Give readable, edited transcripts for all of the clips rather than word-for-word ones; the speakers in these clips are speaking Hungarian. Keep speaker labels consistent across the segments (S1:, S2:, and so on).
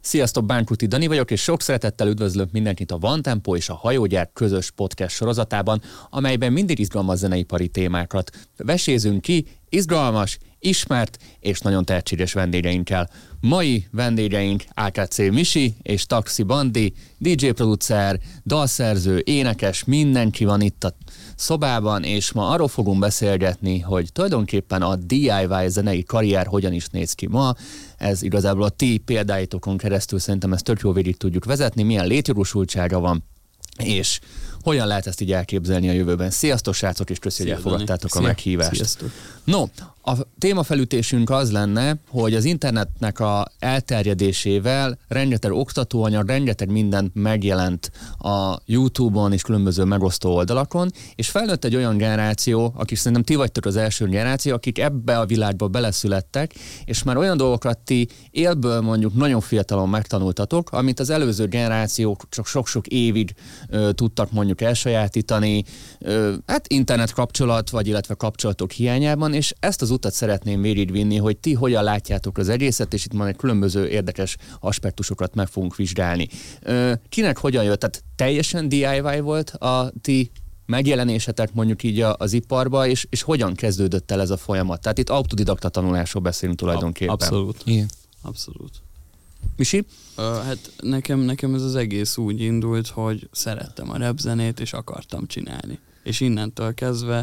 S1: Sziasztok, Bánkuti Dani vagyok, és sok szeretettel üdvözlök mindenkit a Van Tempo és a Hajógyár közös podcast sorozatában, amelyben mindig izgalmas zeneipari témákat vesézünk ki, izgalmas, ismert és nagyon tehetséges vendégeinkkel. Mai vendégeink AKC Misi és Taxi Bandi, DJ producer, dalszerző, énekes, mindenki van itt a szobában, és ma arról fogunk beszélgetni, hogy tulajdonképpen a DIY zenei karrier hogyan is néz ki ma. Ez igazából a ti példáitokon keresztül szerintem ezt tök jó végig tudjuk vezetni, milyen létjogosultsága van, és hogyan lehet ezt így elképzelni a jövőben. Sziasztok, srácok, és köszönjük, hogy elfogadtátok a meghívást. Sziasztok. No, a témafelütésünk az lenne, hogy az internetnek a elterjedésével rengeteg oktatóanyag, rengeteg minden megjelent a YouTube-on és különböző megosztó oldalakon, és felnőtt egy olyan generáció, akik szerintem ti vagytok az első generáció, akik ebbe a világba beleszülettek, és már olyan dolgokat ti élből mondjuk nagyon fiatalon megtanultatok, amit az előző generációk csak sok-sok évig tudtak mondjuk elsajátítani, hát internet kapcsolat, vagy illetve kapcsolatok hiányában, és ezt az utat szeretném végigvinni, hogy ti hogyan látjátok az egészet, és itt majd egy különböző érdekes aspektusokat meg fogunk vizsgálni. Kinek hogyan jött? Tehát teljesen DIY volt a ti megjelenésetek mondjuk így az iparba, és hogyan kezdődött el ez a folyamat? Tehát itt autodidakta tanulásról beszélünk tulajdonképpen.
S2: Abszolút.
S1: Igen.
S2: Abszolút.
S1: Misi?
S2: Hát nekem ez az egész úgy indult, hogy szerettem a rapzenét, és akartam csinálni. És innentől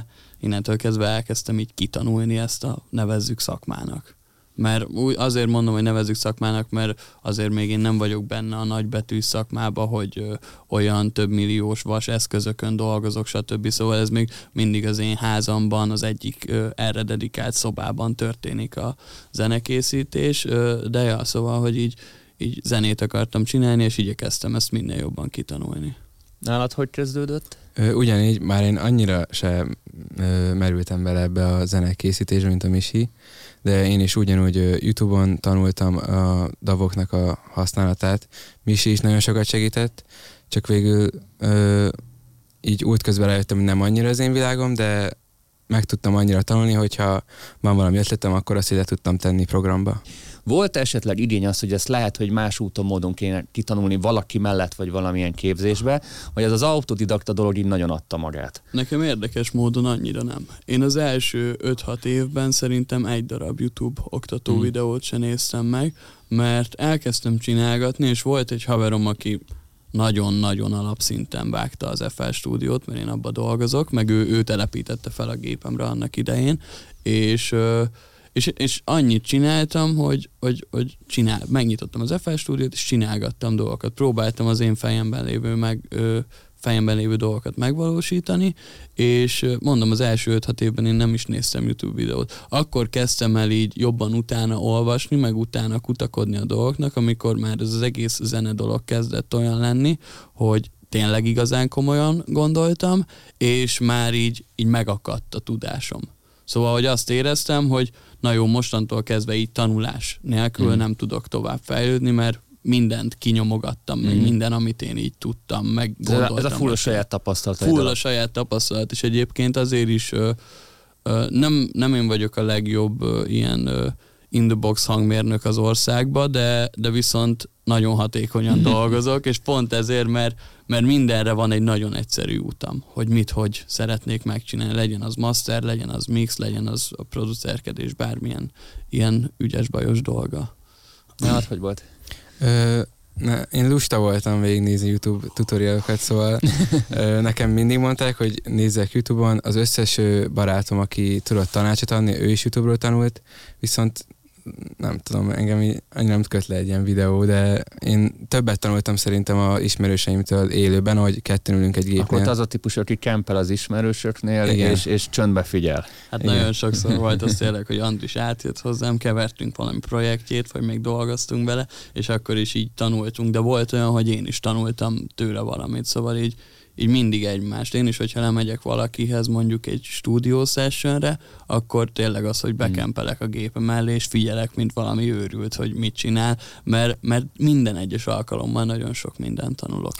S2: kezdve elkezdtem így kitanulni ezt a nevezzük szakmának. Mert azért mondom, hogy nevezzük szakmának, mert azért még én nem vagyok benne a nagybetű szakmába, hogy olyan több milliós vas eszközökön dolgozok, stb. Szóval ez még mindig az én házamban, az egyik erre dedikált szobában történik a zenekészítés, de ja, szóval, hogy így zenét akartam csinálni, és igyekeztem ezt minél jobban kitanulni.
S1: Nálad hogy kezdődött?
S3: Ugyanígy, már én annyira sem merültem bele ebbe a zenekészítésbe, mint a Misi, de én is ugyanúgy YouTube-on tanultam a davoknak a használatát. Misi is nagyon sokat segített, csak végül így útközben rájöttem, hogy nem annyira az én világom, de meg tudtam annyira tanulni, hogyha van valami ötletem, akkor azt ide tudtam tenni programba.
S1: Volt esetleg igény az, hogy ezt lehet, hogy más úton, módon kéne kitanulni valaki mellett, vagy valamilyen képzésbe, vagy ez az autodidakta dolog így nagyon adta magát?
S2: Nekem érdekes módon annyira nem. Én az első 5-6 évben szerintem egy darab YouTube oktató videót sem néztem meg, mert elkezdtem csinálgatni, és volt egy haverom, aki nagyon-nagyon alapszinten vágta az FL Stúdiót, mert én abba dolgozok, meg ő telepítette fel a gépemre annak idején, és annyit csináltam, hogy megnyitottam az FL Stúdiót, és csinálgattam dolgokat. Próbáltam az én fejemben lévő dolgokat megvalósítani, és mondom, az első 5-6 évben én nem is néztem YouTube videót. Akkor kezdtem el így jobban utána olvasni, meg utána kutakodni a dolgoknak, amikor már ez az egész zene dolog kezdett olyan lenni, hogy tényleg igazán komolyan gondoltam, és már így megakadt a tudásom. Szóval, hogy azt éreztem, hogy na jó, mostantól kezdve így tanulás nélkül nem tudok tovább fejlődni, mert mindent kinyomogattam, meg minden, amit én így tudtam, meg gondoltam.
S1: Ez a full a saját tapasztalat.
S2: Full a saját tapasztalat, és egyébként azért is nem én vagyok a legjobb ilyen in the box hangmérnök az országban, de viszont nagyon hatékonyan dolgozok, és pont ezért, mert mindenre van egy nagyon egyszerű útam, hogy hogy szeretnék megcsinálni, legyen az master, legyen az mix, legyen az a producerkedés, bármilyen ilyen ügyes-bajos dolga.
S1: Hát, hogy volt?
S3: Én lusta voltam végignézni YouTube tutorialokat, szóval nekem mindig mondták, hogy nézzek YouTube-on, az összes barátom, aki tudott tanácsot adni, ő is YouTube-ról tanult, viszont nem tudom, engem annyira nem köt le egy ilyen videó, de én többet tanultam szerintem a ismerőseimtől élőben, ahogy ketten ülünk egy gépnél.
S1: Akkor az a típus, aki kempel az ismerősöknél, és csöndbe figyel.
S2: Hát igen. Nagyon sokszor volt az tényleg, hogy Andris átjött hozzám, kevertünk valami projektjét, vagy még dolgoztunk vele, és akkor is így tanultunk, de volt olyan, hogy én is tanultam tőle valamit, szóval így mindig egymást. Én is, hogyha lemegyek valakihez mondjuk egy stúdió sessionre, akkor tényleg az, hogy bekempelek a gépem mellé, és figyelek, mint valami őrült, hogy mit csinál, mert minden egyes alkalommal nagyon sok mindent tanulok.
S3: Igen.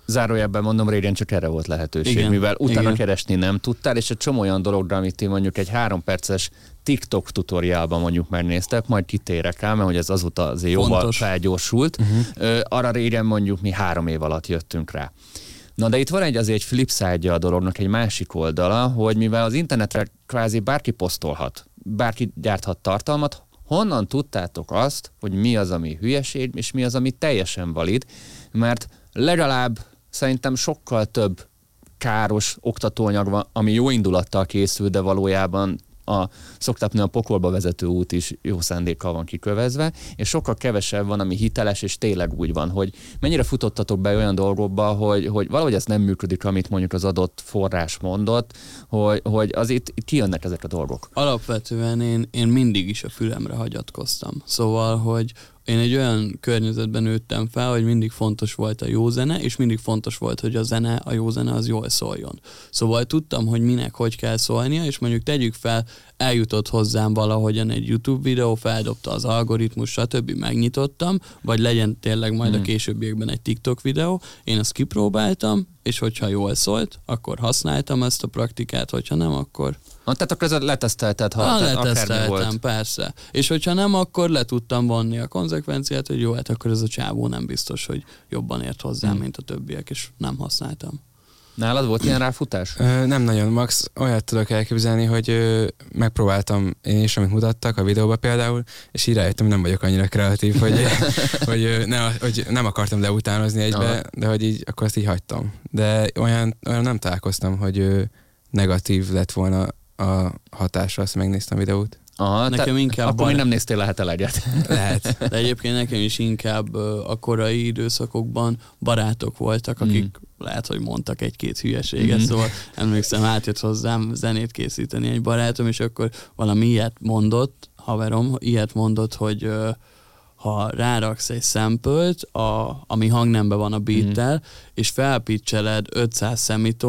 S1: Zárójelben mondom, régen csak erre volt lehetőség, igen, mivel utána keresni nem tudtál, és egy csomó olyan dologra, amit ti mondjuk egy 3 perces TikTok tutoriálban mondjuk megnéztek, majd kitérek rá, mert hogy ez azóta azért jóval felgyorsult. Arra régen mondjuk mi 3 év alatt jöttünk rá. Na de itt van azért egy flip side-ja a dolognak, egy másik oldala, hogy mivel az internetre kvázi bárki posztolhat, bárki gyárthat tartalmat, honnan tudtátok azt, hogy mi az, ami hülyeség, és mi az, ami teljesen valid, mert legalább szerintem sokkal több káros oktatóanyag van, ami jó indulattal készül, de valójában szokták mondani, a pokolba vezető út is jó szándékkal van kikövezve, és sokkal kevesebb van, ami hiteles, és tényleg úgy van, hogy mennyire futottatok be olyan dolgokba, hogy valahogy ez nem működik, amit mondjuk az adott forrás mondott, hogy az itt kijönnek ezek a dolgok.
S2: Alapvetően én mindig is a fülemre hagyatkoztam. Szóval, hogy én egy olyan környezetben nőttem fel, hogy mindig fontos volt a jó zene, és mindig fontos volt, hogy a jó zene az jól szóljon. Szóval tudtam, hogy minek hogy kell szólnia, és mondjuk tegyük fel, eljutott hozzám valahogyan egy YouTube videó, feldobta az algoritmus, stb. Megnyitottam, vagy legyen tényleg majd a későbbiekben egy TikTok videó, én azt kipróbáltam, és hogyha jól szólt, akkor használtam ezt a praktikát, hogyha nem, akkor...
S1: Tehát akkor ezzel letesztelted,
S2: leteszteltem,
S1: volt.
S2: Persze. És hogyha nem, akkor le tudtam vonni a konzekvenciát, hogy jó, hát akkor ez a csávó nem biztos, hogy jobban ért hozzám, mint a többiek, és nem használtam.
S1: Nálad volt ilyen ráfutás?
S3: Nem nagyon, Max. Olyat tudok elképzelni, hogy megpróbáltam én is, amit mutattak a videóban például, és így rájöttem, hogy nem vagyok annyira kreatív, hogy nem akartam leutánozni egybe, de hogy így, akkor ezt így hagytam. De olyan nem találkoztam, hogy negatív lett volna a hatása, azt megnéztem a videót.
S1: Aha,
S2: nekem inkább
S1: akkor még nem néztél lehet eleget.
S3: Lehet.
S2: De egyébként nekem is inkább a korai időszakokban barátok voltak, akik lehet, hogy mondtak egy-két hülyeséget, szóval emlékszem, átjött hozzám zenét készíteni egy barátom, és akkor valami ilyet mondott, haverom, hogy ha ráraksz egy sample-t, ami hangnemben van a beattel, és felpitcheled 500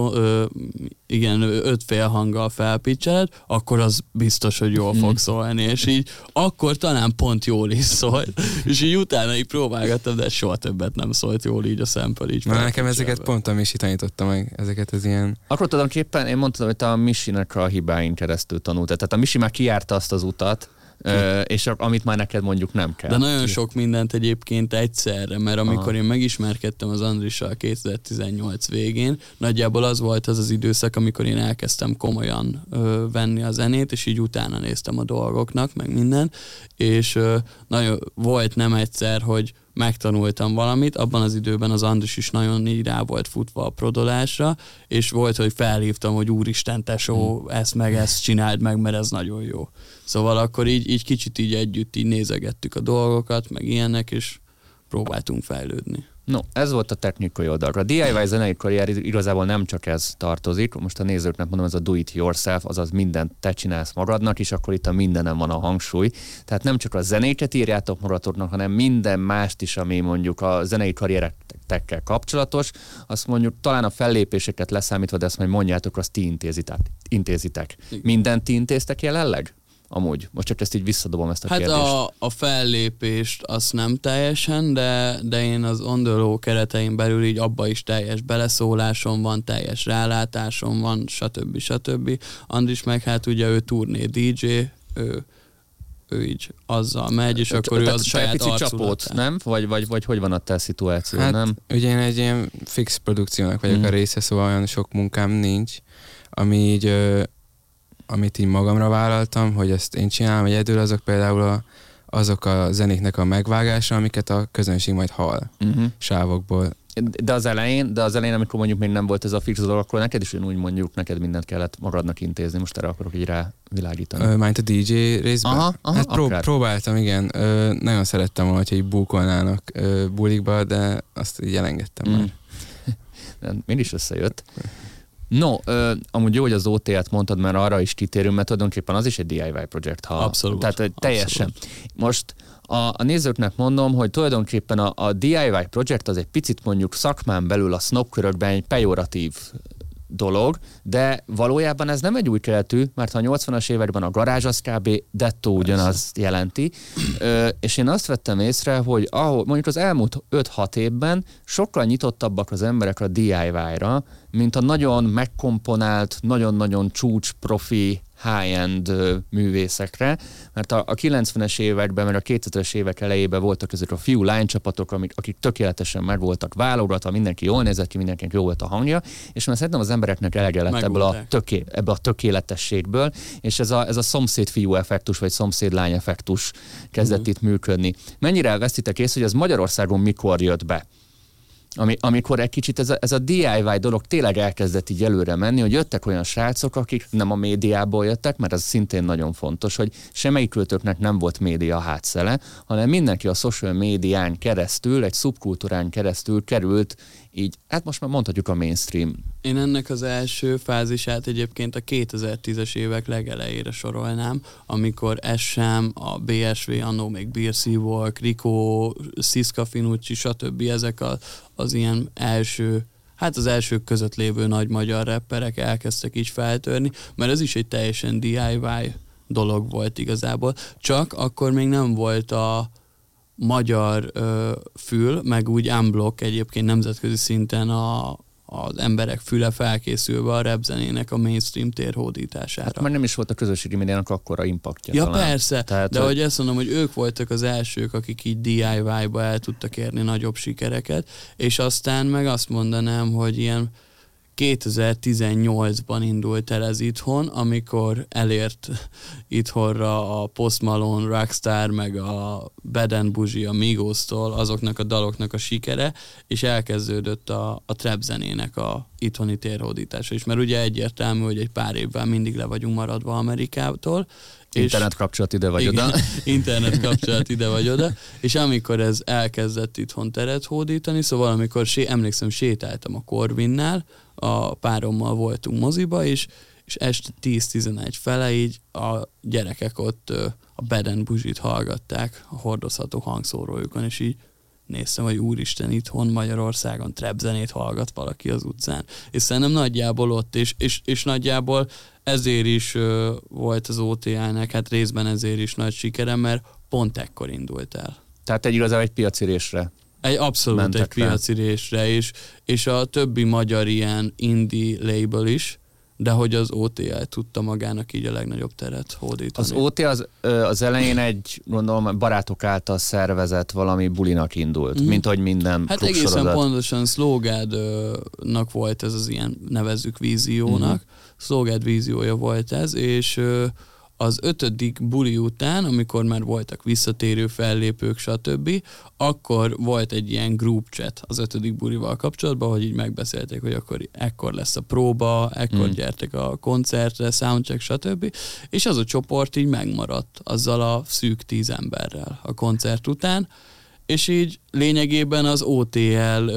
S2: igen, 5 félhanggal felpitcheled, akkor az biztos, hogy jól fog szólni, és így akkor talán pont jól is szólt, és így utána így próbálgattam, de soha többet nem szólt jól így a sample így.
S3: Na, nekem ezeket pont a Misi tanította meg, ezeket az ilyen...
S1: Akkor tulajdonképpen én mondtam, hogy te a Misinek a hibáin keresztül tanultál, tehát a Misi már kijárta azt az utat, és amit már neked mondjuk nem kell.
S2: De nagyon sok mindent egyébként egyszerre, mert amikor én megismerkedtem az Andrissal 2018 végén, nagyjából az volt az időszak, amikor én elkezdtem komolyan venni a zenét, és így utána néztem a dolgoknak, meg minden, és nagyon volt nem egyszer, hogy megtanultam valamit, abban az időben az Andris is nagyon így rá volt futva a prodolásra, és volt, hogy felhívtam, hogy úristen tesó, ezt csináld meg, mert ez nagyon jó. Szóval akkor így kicsit így együtt így nézegettük a dolgokat, meg ilyenek, és próbáltunk fejlődni.
S1: No, ez volt a technikai oldalra. A DIY zenei karrier igazából nem csak ez tartozik, most a nézőknek mondom, ez a do it yourself, azaz mindent te csinálsz magadnak, és akkor itt a mindenem van a hangsúly. Tehát nem csak a zenéket írjátok magatoknak, hanem minden mást is, ami mondjuk a zenei karrieretekkel kapcsolatos, azt mondjuk talán a fellépéseket leszámítva, de ezt majd mondjátok, azt ti intézitek. Mindent ti intéztek jelenleg? Amúgy. Most csak ezt így visszadobom ezt a kérdést.
S2: Hát a fellépést azt nem teljesen, de én az On The Low keretein belül így abba is teljes beleszólásom van, teljes rálátásom van, stb. Andris meg hát ugye ő turné DJ, ő így azzal megy, és akkor ő az saját arculatát.
S1: Nem? Vagy hogy van a te szituáció,
S3: hát,
S1: nem?
S3: Ugye én egy ilyen fix produkciónak vagyok a része, szóval olyan sok munkám nincs, amit így magamra vállaltam, hogy ezt én csinálom egyedül, azok például azok a zenéknek a megvágása, amiket a közönség majd hall sávokból.
S1: De az elején, amikor mondjuk még nem volt ez a fix dolog, akkor neked is úgy mondjuk, neked mindent kellett magadnak intézni, most erre akarok így rávilágítani.
S3: Mind a DJ részben?
S1: Aha,
S3: hát próbáltam, igen. Nagyon szerettem volna, hogy így búkolnának bulikba, de azt így elengedtem már.
S1: Mind is összejött. No, amúgy jó, hogy az OT-et mondtad, mert arra is kitérünk, mert tulajdonképpen az is egy DIY projekt.
S2: Abszolút.
S1: Tehát teljesen. Abszolút. Most a nézőknek mondom, hogy tulajdonképpen a DIY projekt az egy picit mondjuk szakmán belül a sznobkörökben egy pejoratív dolog, de valójában ez nem egy új keletű, mert ha a 80-as években a garázs az kb. Dettó ugyanazt jelenti, és én azt vettem észre, hogy mondjuk az elmúlt 5-6 évben sokkal nyitottabbak az emberek a DIY-ra, mint a nagyon megkomponált, nagyon-nagyon csúcs profi high-end művészekre, mert a 90-es években, mert a 2000-es évek elejében voltak ezek a fiú lánycsapatok, akik tökéletesen meg voltak válogatva, mindenki jól nézett ki, mindenkinek jó volt a hangja, és már szerintem az embereknek elege lett ebből a tökéletességből, és ez a szomszéd-fiú effektus, vagy szomszéd-lány effektus kezdett itt működni. Mennyire elvesztitek észre, hogy ez Magyarországon mikor jött be? Amikor egy kicsit ez a DIY dolog tényleg elkezdett így előre menni, hogy jöttek olyan srácok, akik nem a médiából jöttek, mert ez szintén nagyon fontos, hogy semmelyik költőknek nem volt média hátszele, hanem mindenki a social médián keresztül, egy szubkultúrán keresztül került így, hát most már mondhatjuk a mainstream.
S2: Én ennek az első fázisát egyébként a 2010-es évek legelejére sorolnám, amikor SM, a BSV, annó még Beer Seawalk, Rico, Siska Finucci, stb. Ezek az ilyen első, hát az elsők között lévő nagy magyar rapperek elkezdtek így feltörni, mert ez is egy teljesen DIY dolog volt igazából, csak akkor még nem volt a magyar fül, meg úgy unblock egyébként nemzetközi szinten az emberek füle felkészülve a rapzenének a mainstream térhódítására.
S1: Hát már nem is volt a közösségi médiának akkora impaktja.
S2: Ja
S1: talán.
S2: Persze, tehát, de hogy ezt mondom, hogy ők voltak az elsők, akik így DIY-ba el tudtak érni nagyobb sikereket, és aztán meg azt mondanám, hogy ilyen 2018-ban indult el ez itthon, amikor elért itthonra a Post Malone, Rockstar, meg a Bad & Bougie, a Migos-tól azoknak a daloknak a sikere, és elkezdődött a trap zenének a itthoni térhódítása is, mert ugye egyértelmű, hogy egy pár évvel mindig le vagyunk maradva Amerikától.
S1: Internet kapcsolat ide vagy
S2: igen,
S1: oda.
S2: Internet kapcsolat ide vagy oda, és amikor ez elkezdett itthon teret hódítani, szóval amikor emlékszem, sétáltam a Corvinnál, a párommal voltunk moziba is, és este 10-11 fele így a gyerekek ott a Bad & Bougie-t hallgatták a hordozható hangszórójukon, és így néztem, hogy úristen, itthon Magyarországon trap zenét hallgat valaki az utcán. És szerintem nagyjából ott, és nagyjából ezért is volt az OTA-nek, hát részben ezért is nagy sikere, mert pont ekkor indult el.
S1: Tehát igazából egy piacirésre.
S2: Abszolút egy piacirésre, és a többi magyar ilyen indie label is, de hogy az OTA tudta magának így a legnagyobb teret hódítani.
S1: Az OTA az elején egy, gondolom, barátok által szervezett valami bulinak indult, mint hogy minden
S2: hát egészen pontosan Szlógádnak volt ez az ilyen, nevezzük víziónak, Szlógád víziója volt ez, és az 5. buli után, amikor már voltak visszatérő fellépők, stb., akkor volt egy ilyen group chat az 5. bulival kapcsolatban, hogy így megbeszélték, hogy ekkor lesz a próba, ekkor gyertek a koncertre, soundcheck, stb., és az a csoport így megmaradt azzal a szűk 10 emberrel a koncert után, és így lényegében az OTL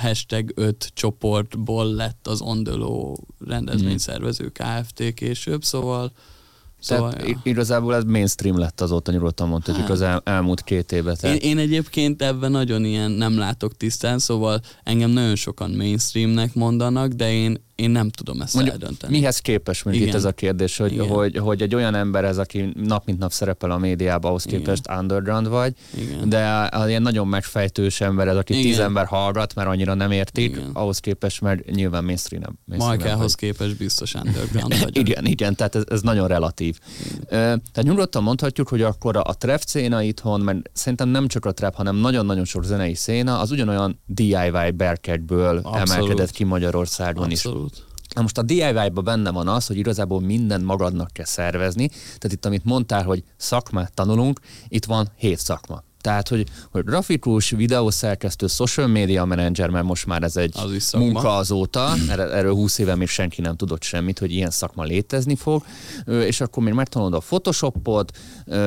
S2: #5 csoportból lett az On The Low rendezvényszervező Kft. Később, szóval
S1: igazából ez mainstream lett azóta, nyugodtan mondhatjuk az elmúlt 2 évben.
S2: Én egyébként ebben nagyon ilyen nem látok tisztán, szóval engem nagyon sokan mainstreamnek mondanak, de én nem tudom ezt eldönteni.
S1: Mihez képes, mint itt ez a kérdés, hogy egy olyan ember ez, aki nap mint nap szerepel a médiában, ahhoz képest underground vagy, de az ilyen nagyon megfejtős ember ez, aki 10 ember hallgat, mert annyira nem értik, ahhoz képest, mert nyilván mainstream.
S2: Majkához képest biztos underground vagy.
S1: igen, tehát ez nagyon relatív. Tehát nyugodtan mondhatjuk, hogy akkor a trap széna itthon, mert szerintem nem csak a trap, hanem nagyon-nagyon sok zenei széna, az ugyanolyan DIY berkekből emelkedett ki Magyarországon is. Na most a DIY-ban benne van az, hogy igazából mindent magadnak kell szervezni, tehát itt amit mondtál, hogy szakmát tanulunk, itt van 7 szakma. Tehát, hogy grafikus, videószerkesztő, social media manager, mert most már ez egy munka azóta, erről 20 éve még senki nem tudott semmit, hogy ilyen szakma létezni fog, és akkor még megtanulod a Photoshopot,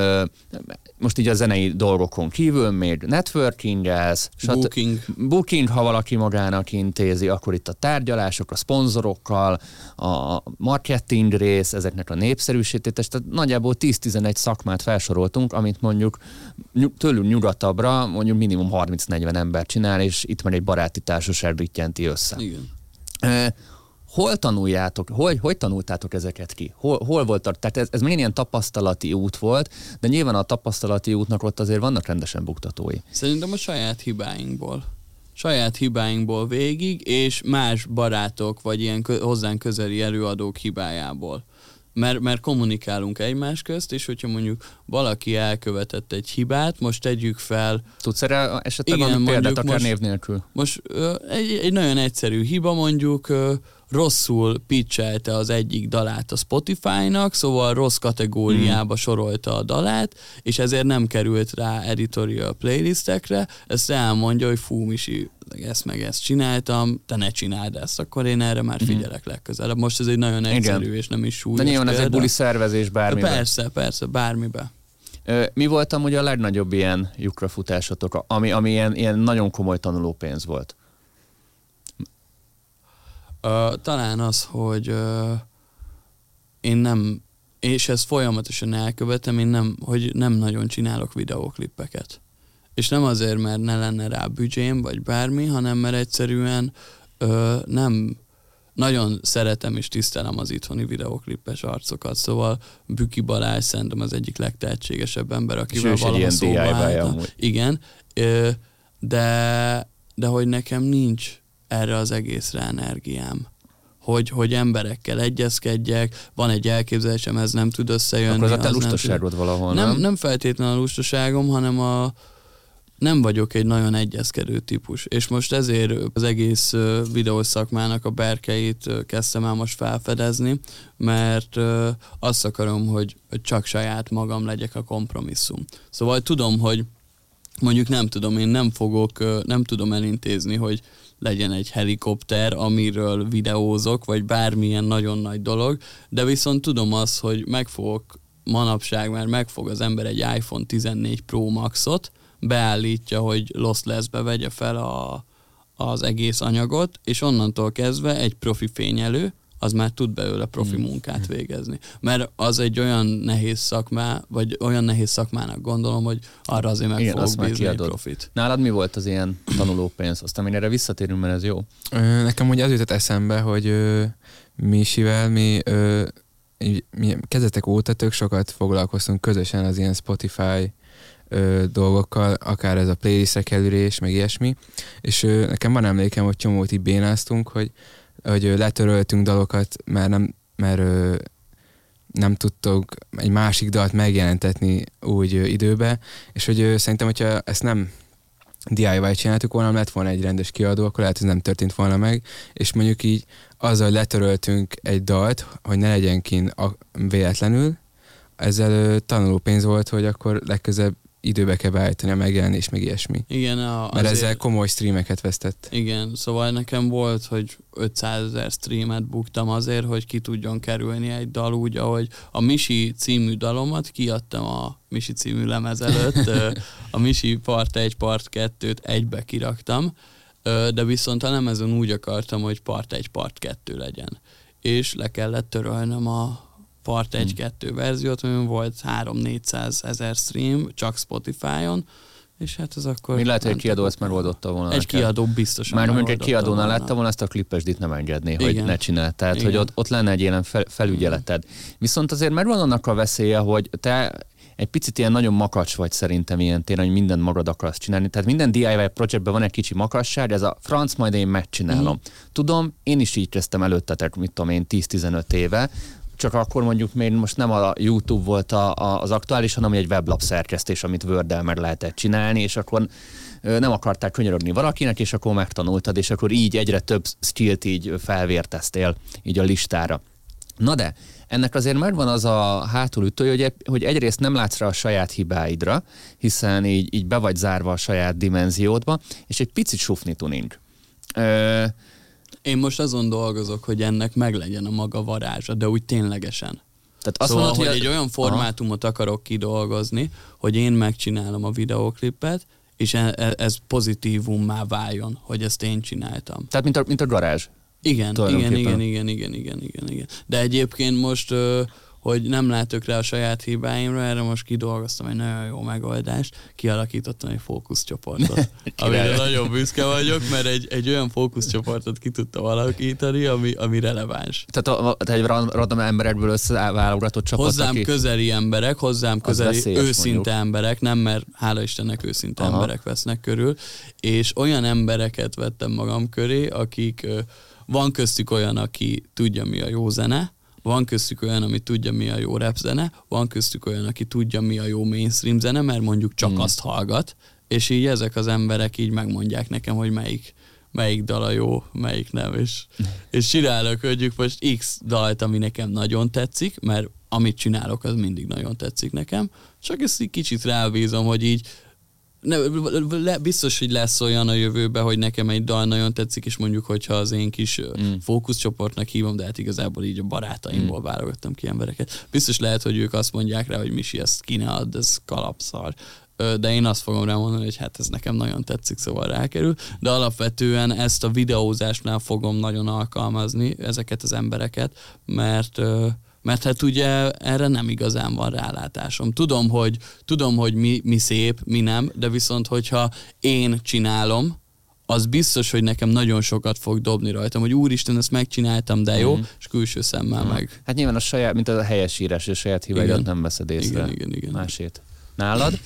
S1: most így a zenei dolgokon kívül még networkingelsz, booking, ha valaki magának intézi, akkor itt a tárgyalások, a szponzorokkal, a marketing rész, ezeknek a népszerűsítés, tehát nagyjából 10-11 szakmát felsoroltunk, amit mondjuk tőlünk nyugatabbra mondjuk minimum 30-40 ember csinál, és itt már egy baráti társaság rittyenti össze.
S2: Igen.
S1: hol tanuljátok, hogy tanultátok ezeket ki? Hol voltak? Tehát ez milyen ilyen tapasztalati út volt, de nyilván a tapasztalati útnak ott azért vannak rendesen buktatói.
S2: Szerintem a saját hibáinkból végig, és más barátok, vagy ilyen hozzánk közeli előadók hibájából. Mert kommunikálunk egymás közt, és hogyha mondjuk valaki elkövetett egy hibát, most tegyük fel...
S1: Tudsz erre esetleg valami példát, akár név nélkül?
S2: Most egy nagyon egyszerű hiba, mondjuk rosszul pitchelte az egyik dalát a Spotify-nak, szóval rossz kategóriába sorolta a dalát, és ezért nem került rá editorial playlistekre, ezt elmondja, hogy fú, Misi, ezt csináltam, te ne csináld ezt, akkor én erre már figyelek legközelebb. Most ez egy nagyon egyszerű, és nem is súlyos.
S1: De nyilván
S2: példa.
S1: Ez egy buli szervezés bármiben.
S2: Persze, bármibe.
S1: Mi volt amúgy a legnagyobb ilyen lyukrafutásotok, ami ilyen nagyon komoly tanulópénz volt?
S2: Talán az, hogy én nem, és ezt folyamatosan elkövetem, hogy nem nagyon csinálok videóklippeket. És nem azért, mert ne lenne rá büdzsém, vagy bármi, hanem mert egyszerűen nem nagyon szeretem és tisztelem az itthoni videóklippes arcokat, szóval Büki Balázs szerintem az egyik legtehetségesebb ember, akivel valaha szóba álltam. Igen, de hogy nekem nincs erre az egészre energiám. Hogy emberekkel egyezkedjek, van egy elképzelésem, ez nem tud összejönni.
S1: Akkor az a te lustaságod valahol, nem?
S2: Nem feltétlenül a lustaságom, hanem nem vagyok egy nagyon egyezkedő típus. És most ezért az egész videós szakmának a berkeit kezdtem el most felfedezni, mert azt akarom, hogy csak saját magam legyek a kompromisszum. Szóval tudom, hogy mondjuk én nem tudom elintézni, hogy legyen egy helikopter, amiről videózok, vagy bármilyen nagyon nagy dolog, de viszont tudom azt, hogy manapság már megfog az ember egy iPhone 14 Pro Maxot, beállítja, hogy lossless-be vegye fel az egész anyagot, és onnantól kezdve egy profi fényelő, az már tud belőle profi munkát végezni. Mert az egy olyan nehéz szakmá, vagy olyan nehéz szakmának gondolom, hogy arra azért meg fogok bízni egy profit.
S1: Nálad mi volt az ilyen tanulópénz? Aztán mi erre visszatérünk, mert ez jó.
S3: Nekem úgy az jutott eszembe, hogy Misivel mi kezdetek óta tök sokat foglalkoztunk közösen az ilyen Spotify dolgokkal, akár ez a playlistre kerülés, meg ilyesmi, és nekem van emlékem, hogy csomót így bénáztunk, hogy letöröltünk dalokat, mert nem tudtok egy másik dalt megjelentetni úgy időbe, és hogy szerintem, hogyha ezt nem DIY csináltuk volna, lett volna egy rendes kiadó, akkor lehet, hogy ez nem történt volna meg, és mondjuk így azzal, hogy letöröltünk egy dalt, hogy ne legyen kint véletlenül, ezzel tanulópénz volt, hogy akkor legközelebb időbe kell beállítani a megjelenés, meg ilyesmi.
S2: Igen,
S3: mert ezzel komoly streameket vesztett.
S2: Igen, szóval nekem volt, hogy 500 000 streamet buktam azért, hogy ki tudjon kerülni egy dal úgy, ahogy a Misi című dalomat kiadtam a Misi című lemez előtt, a Misi part 1, part 2-t egybe kiraktam, de viszont a lemezen úgy akartam, hogy part 1, part 2 legyen. És le kellett törölnöm a part 1-2 verziót, amin volt 300-400 000 stream, csak Spotify-on, és hát az akkor...
S1: Mi lehet, hogy egy kiadó ezt már oldotta volna.
S2: Egy kiadó biztosan
S1: már mondjuk egy kiadónál látta volna, ezt a klippesdit nem engedné, hogy ne csináld. Tehát, igen, hogy ott lenne egy ilyen felügyeleted. Viszont azért megvan annak a veszélye, hogy te egy picit ilyen nagyon makacs vagy szerintem ilyen téren, hogy mindent magad akarsz csinálni. Tehát minden DIY projektben van egy kicsi makasság, ez a franc, majd én megcsinálom. Tudom, én is így kezdtem előttetek, mit tudom én, 10-15 éve, csak akkor mondjuk még most nem a YouTube volt az aktuális, hanem egy weblap szerkesztés, amit Word-del meg lehetett csinálni, és akkor nem akarták könyörögni valakinek, és akkor megtanultad, és akkor így egyre több skillt így felvérteztél így a listára. Na de, ennek azért megvan az a hátulütője, hogy egyrészt nem látsz rá a saját hibáidra, hiszen így be vagy zárva a saját dimenziódba, és egy picit sufni tuning.
S2: Én most azon dolgozok, hogy ennek meglegyen a maga varázsa, de úgy ténylegesen. Tehát azt mondod, hogy egy olyan formátumot akarok kidolgozni, hogy én megcsinálom a videóklipet, és ez pozitívummá váljon, hogy ezt én csináltam.
S1: Tehát mint a garázs.
S2: Igen. De egyébként most, hogy nem látok rá a saját hibáimra, erre most kidolgoztam egy nagyon jó megoldást, kialakítottam egy fókuszcsoportot, amire nagyon büszke vagyok, mert egy olyan fókuszcsoportot ki tudtam alakítani, ami releváns.
S1: Tehát egy random emberekből összeválogatott csapat,
S2: hozzám közeli emberek, hozzám közeli őszinte mondjuk. Emberek, nem, mert hála Istennek őszinte emberek vesznek körül, és olyan embereket vettem magam köré, akik, van köztük olyan, aki tudja, mi a jó zene, van köztük olyan, ami tudja, mi a jó rap zene, van köztük olyan, aki tudja, mi a jó mainstream zene, mert mondjuk csak azt hallgat, és így ezek az emberek így megmondják nekem, hogy melyik dal a jó, melyik nem, és csinálok mondjuk most X dalt, ami nekem nagyon tetszik, mert amit csinálok, az mindig nagyon tetszik nekem, csak ezt így kicsit rábízom, hogy így biztos, hogy lesz olyan a jövőben, hogy nekem egy dal nagyon tetszik, és mondjuk, hogyha az én kis fókuszcsoportnak hívom, de hát igazából így a barátaimból válogattam ki embereket. Biztos lehet, hogy ők azt mondják rá, hogy Misi, ezt ki ne add, ez kalapszar. De én azt fogom rá mondani, hogy hát ez nekem nagyon tetszik, szóval rákerül, de alapvetően ezt a videózásnál fogom nagyon alkalmazni, ezeket az embereket, mert hát ugye erre nem igazán van rálátásom. Tudom, hogy mi szép, mi nem, de viszont hogyha én csinálom, az biztos, hogy nekem nagyon sokat fog dobni rajtam, hogy úristen, ezt megcsináltam, de jó, és külső szemmel meg.
S1: Hát nyilván a saját, mint a helyesírás és a saját hibáidat nem veszed észre.
S2: Igen.
S1: Másét. Nálad?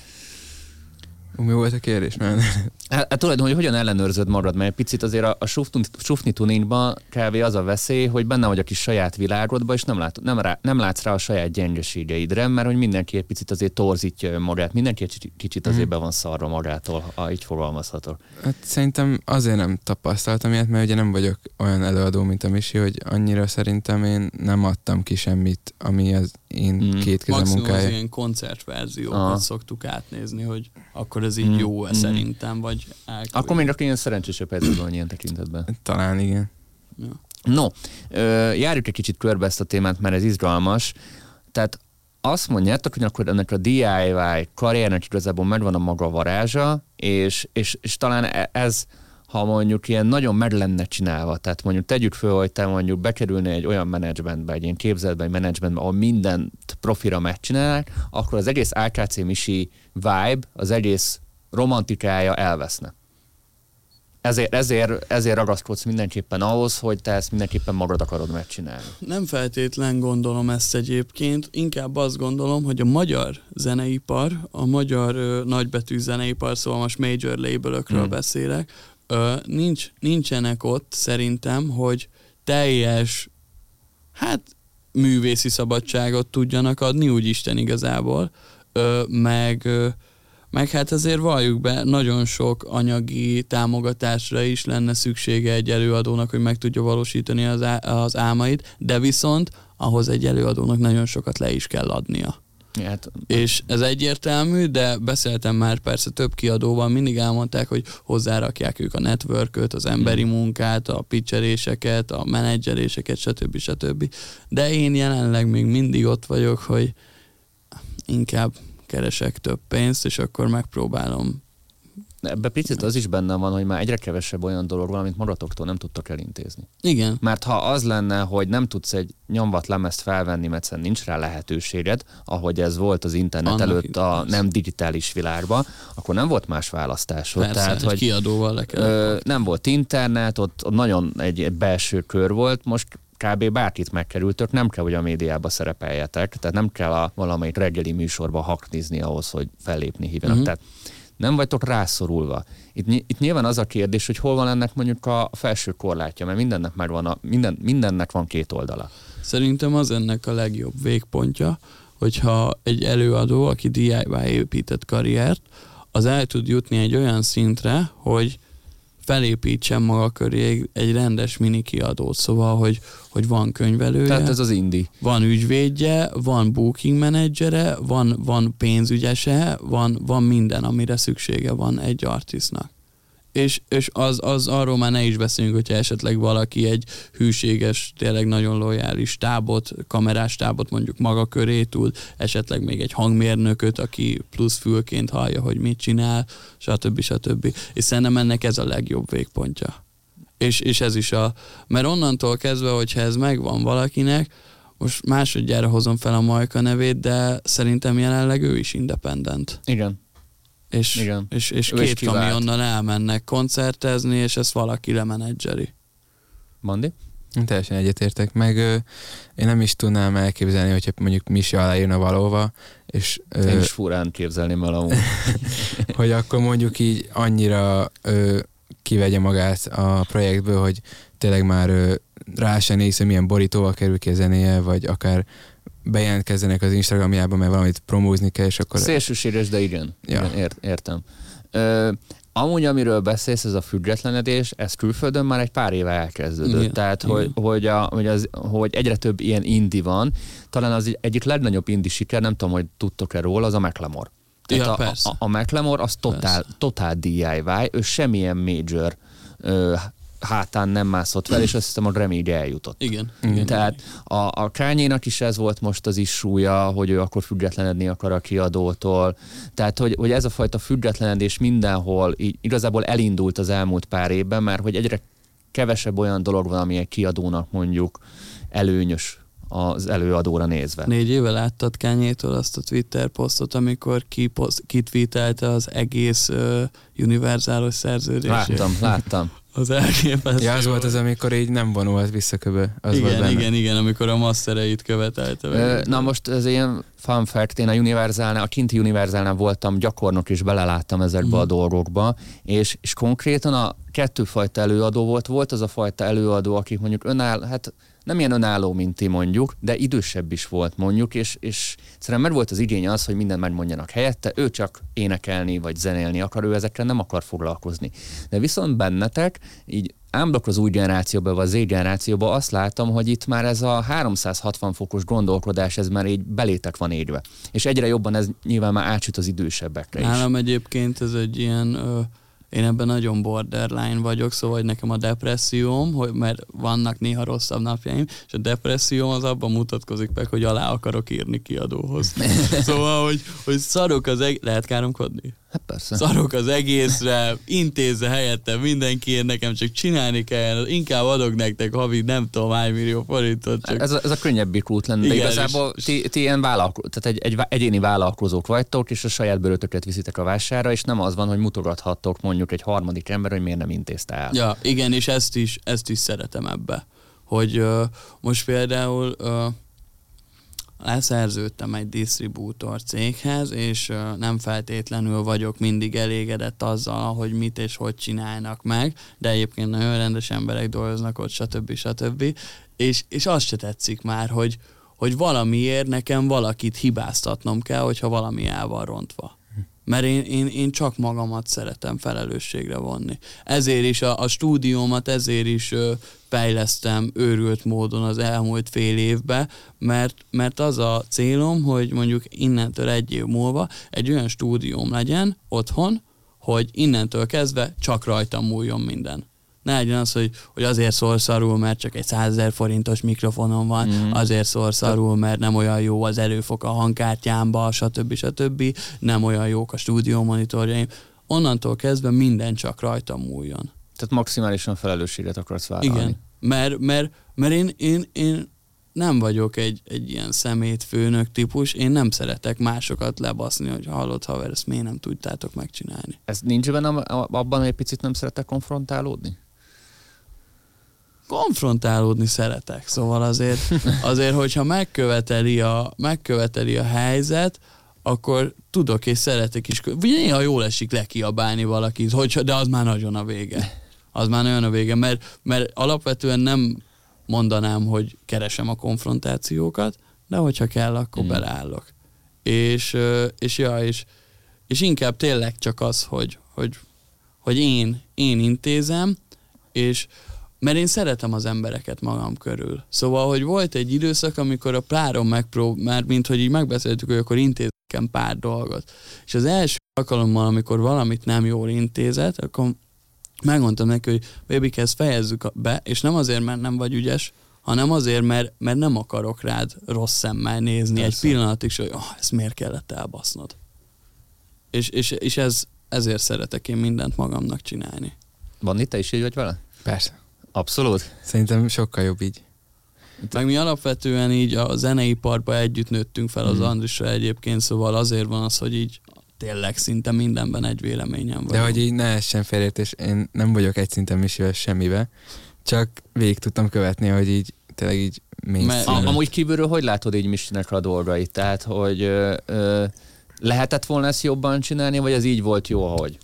S3: Mi volt a kérdés?
S1: Hát tulajdonképpen, hogy hogyan ellenőrzöd magad, mert picit azért a sufni tuningban kb. Az a veszély, hogy benne vagy a kis saját világodban, és nem látsz rá a saját gyengeségeidre, mert hogy mindenki egy picit azért torzítja magát, mindenki egy kicsit azért be van szarva magától, ha így fogalmazhatok.
S3: Hát szerintem azért nem tapasztaltam ilyet, mert ugye nem vagyok olyan előadó, mint a Misi, hogy annyira szerintem én nem adtam ki semmit, ami az én kétkeze munkája.
S2: Maximum az ilyen koncertverziókat szoktuk átnézni, hogy akkor ez így jó szerintem, vagy
S1: akkor még ilyen szerencsésebb helyzetben van ilyen tekintetben.
S3: Talán igen.
S2: Ja.
S1: No, járjuk egy kicsit körbe ezt a témát, mert ez izgalmas. Tehát azt mondjátok, hogy akkor ennek a DIY karriernek igazából megvan a maga varázsa, és talán ez, ha mondjuk ilyen nagyon meg lenne csinálva, tehát mondjuk tegyük föl, hogy te mondjuk bekerülnél egy olyan menedzsmentbe, egy ilyen képzeletbe, egy menedzsmentbe, ahol mindent profira megcsinálják, akkor az egész AKC Misi vibe, az egész romantikája elveszne. Ezért ragaszkodsz mindenképpen ahhoz, hogy te ezt mindenképpen magad akarod megcsinálni.
S2: Nem feltétlen gondolom ezt egyébként, inkább azt gondolom, hogy a magyar zeneipar, a magyar nagybetű zeneipar, szóval most major labelökről beszélek, nincsenek ott szerintem, hogy teljes, művészi szabadságot tudjanak adni, úgy Isten igazából, meg hát azért valljuk be, nagyon sok anyagi támogatásra is lenne szüksége egy előadónak, hogy meg tudja valósítani az álmait, de viszont ahhoz egy előadónak nagyon sokat le is kell adnia.
S1: Hát,
S2: és ez egyértelmű, de beszéltem már persze több kiadóval, mindig elmondták, hogy hozzárakják ők a networköt, az emberi munkát, a pitcheréseket, a menedzseréseket, stb. De én jelenleg még mindig ott vagyok, hogy inkább keresek több pénzt, és akkor megpróbálom.
S1: Ebben picit az is benne van, hogy már egyre kevesebb olyan dolog van, amit magatoktól nem tudtok elintézni.
S2: Igen.
S1: Mert ha az lenne, hogy nem tudsz egy nyomvat lemezt felvenni, mert nincs rá lehetőséged, ahogy ez volt az internet
S2: annak
S1: előtt a nem digitális világban, akkor nem volt más választásod.
S2: Persze,
S1: tehát, hogy
S2: kiadóval le kellett.
S1: Nem volt internet, ott nagyon egy belső kör volt, most kb. Bárkit megkerültök, nem kell, hogy a médiába szerepeljetek, tehát nem kell valamelyik reggeli műsorba haknizni ahhoz, hogy fellépni hívjanak. Tehát nem vagytok rászorulva. Itt nyilván az a kérdés, hogy hol van ennek mondjuk a felső korlátja, mert mindennek megvan mindennek van két oldala.
S2: Szerintem az ennek a legjobb végpontja, hogyha egy előadó, aki DIY épített karriert, az el tud jutni egy olyan szintre, hogy felépítsen maga köré egy rendes mini kiadót, szóval, hogy van könyvelője.
S1: Tehát ez az indie.
S2: Van ügyvédje, van booking menedzsere, van pénzügyese, van minden, amire szüksége van egy artistnak. És az arról már ne is beszéljünk, hogyha esetleg valaki egy hűséges, tényleg nagyon lojális kamerás tábot mondjuk maga köré tud, esetleg még egy hangmérnököt, aki plusz fülként hallja, hogy mit csinál, stb. És szerintem ennek ez a legjobb végpontja. És ez is mert onnantól kezdve, hogyha ez megvan valakinek, most másodjára hozom fel a Majka nevét, de szerintem jelenleg ő is independent.
S1: Igen.
S2: És két kamionnal elmennek koncertezni, és ezt valaki lemenedzseri.
S1: Mandi?
S3: Én teljesen egyetértek, meg én nem is tudnám elképzelni, hogyha mondjuk Misi aláírna valóva, és...
S1: Én is furán képzelném el amúgy.
S3: hogy akkor mondjuk így annyira kivegye magát a projektből, hogy tényleg már rá se néz, hogy milyen borítóval kerül ki a zenéje, vagy akár bejelentkezzenek az Instagramjában, mert valamit promózni kell, és akkor...
S1: Szélsőséges, de igen.
S3: Ja.
S1: Igen, értem. Amúgy, amiről beszélsz, ez a függetlenedés, ez külföldön már egy pár éve elkezdődött. Igen, tehát, hogy egyre több ilyen indie van. Talán az egyik legnagyobb indie siker, nem tudom, hogy tudtok-e róla, az a Macklemore.
S2: Ja,
S1: a Macklemore az totál DIY, ő semmilyen major hátán nem mászott fel, és azt hiszem a Grammy-ig eljutott.
S2: Igen.
S1: Tehát a Kanye-nak is ez volt most az issúja, hogy ő akkor függetlenedni akar a kiadótól. Tehát, hogy ez a fajta függetlenedés mindenhol így igazából elindult az elmúlt pár évben, mert hogy egyre kevesebb olyan dolog van, ami egy kiadónak mondjuk előnyös az előadóra nézve.
S2: 4 éve láttad Kanye-től azt a Twitter posztot, amikor kitweetelte az egész univerzálos szerződését?
S1: Láttam.
S2: Az elképesztő.
S3: Ja, az volt az, amikor így nem vonult vissza köbe.
S2: Igen, amikor a mastereit követelte.
S1: Na most ez ilyen fun fact, én a kinti Universalnál voltam gyakornok, és beleláttam ezekbe a dolgokba, és konkrétan a kettőfajta előadó volt az a fajta előadó, akik mondjuk nem ilyen önálló, mint ti mondjuk, de idősebb is volt mondjuk, és szerintem meg volt az igény az, hogy mindent megmondjanak helyette, ő csak énekelni vagy zenélni akar, ő ezekkel nem akar foglalkozni. De viszont bennetek, így ámblok az új generációban, vagy az Z-generációban azt látom, hogy itt már ez a 360 fokos gondolkodás, ez már így belétek van égve. És egyre jobban ez nyilván már átsüt az idősebbekre is.
S2: Nálam egyébként ez egy ilyen... Én ebben nagyon borderline vagyok, szóval hogy nekem a depresszióm, mert vannak néha rosszabb napjaim, és a depresszióm az abban mutatkozik meg, hogy alá akarok írni kiadóhoz. Szóval, hogy szarok lehet káromkodni?
S1: Hát persze.
S2: Szarok az egészre, intézze helyette mindenkiért, nekem csak csinálni kell, inkább adok nektek havi nem tudom hány millió forintot. Csak...
S1: Ez a könnyebbik út lenne, de igazából ti ilyen tehát egy egyéni vállalkozók vagytok, és a saját bőrötöket viszitek a vásárra, és nem az van, hogy mutogathattok mondjuk egy harmadik ember, hogy miért nem intézte el.
S2: Ja, igen, és ezt is szeretem ebbe, hogy most például leszerződtem egy disztribútor céghez, és nem feltétlenül vagyok mindig elégedett azzal, hogy mit és hogy csinálnak meg, de egyébként nagyon rendes emberek dolgoznak ott, stb. És azt se tetszik már, hogy valamiért nekem valakit hibáztatnom kell, hogyha valami el van rontva. Mert én csak magamat szeretem felelősségre vonni. Ezért is a stúdiómat, ezért is fejlesztem őrült módon az elmúlt fél évben, mert az a célom, hogy mondjuk innentől 1 év múlva egy olyan stúdióm legyen otthon, hogy innentől kezdve csak rajtam múljon minden. Ne legyen az, hogy azért szól szarul, mert csak egy 100 000 forintos mikrofonom van, azért szól szarul, mert nem olyan jó az előfok a hangkártyámba, stb. Nem olyan jók a stúdió monitorjaim. Onnantól kezdve minden csak rajtam múljon.
S1: Tehát maximálisan felelősséget akarsz vállalni.
S2: Igen, mert én nem vagyok egy ilyen szemétfőnök típus, én nem szeretek másokat lebaszni, hogy hallod haver, ezt miért nem tudtátok megcsinálni. Ez
S1: nincs benne abban, hogy egy picit nem szeretek konfrontálódni?
S2: Konfrontálódni szeretek, szóval azért hogyha megköveteli a helyzet, akkor tudok és szeretek is. Ugye néha jól esik lekiabálni valakit, de az már nagyon a vége. Az már nagyon a vége, mert alapvetően nem mondanám, hogy keresem a konfrontációkat, de hogyha kell, akkor beleállok. És inkább tényleg csak az, hogy én intézem, és mert én szeretem az embereket magam körül. Szóval, hogy volt egy időszak, amikor a párom már mint hogy így megbeszéltük, hogy akkor intézem pár dolgot. És az első alkalommal, amikor valamit nem jól intézett, akkor megmondtam neki, hogy baby, ezt fejezzük be, és nem azért, mert nem vagy ügyes, hanem azért, mert nem akarok rád rossz szemmel nézni. Persze. Egy pillanatig, hogy ezt miért kellett elbasznod. És ezért szeretek én mindent magamnak csinálni.
S1: Van itt, te is így vagy vele?
S3: Persze.
S1: Abszolút.
S3: Szerintem sokkal jobb így.
S2: Meg mi alapvetően így a zeneiparban együtt nőttünk fel az Andrissal egyébként, szóval azért van az, hogy így tényleg szinte mindenben egy véleményem van.
S3: De hogy így ne essen félértés, én nem vagyok egy szinten Misivel semmibe, csak végig tudtam követni, hogy így tényleg így
S1: amúgy kívülről hogy látod így Misinek a dolgait? Tehát, hogy lehetett volna ezt jobban csinálni, vagy ez így volt jó, ahogy?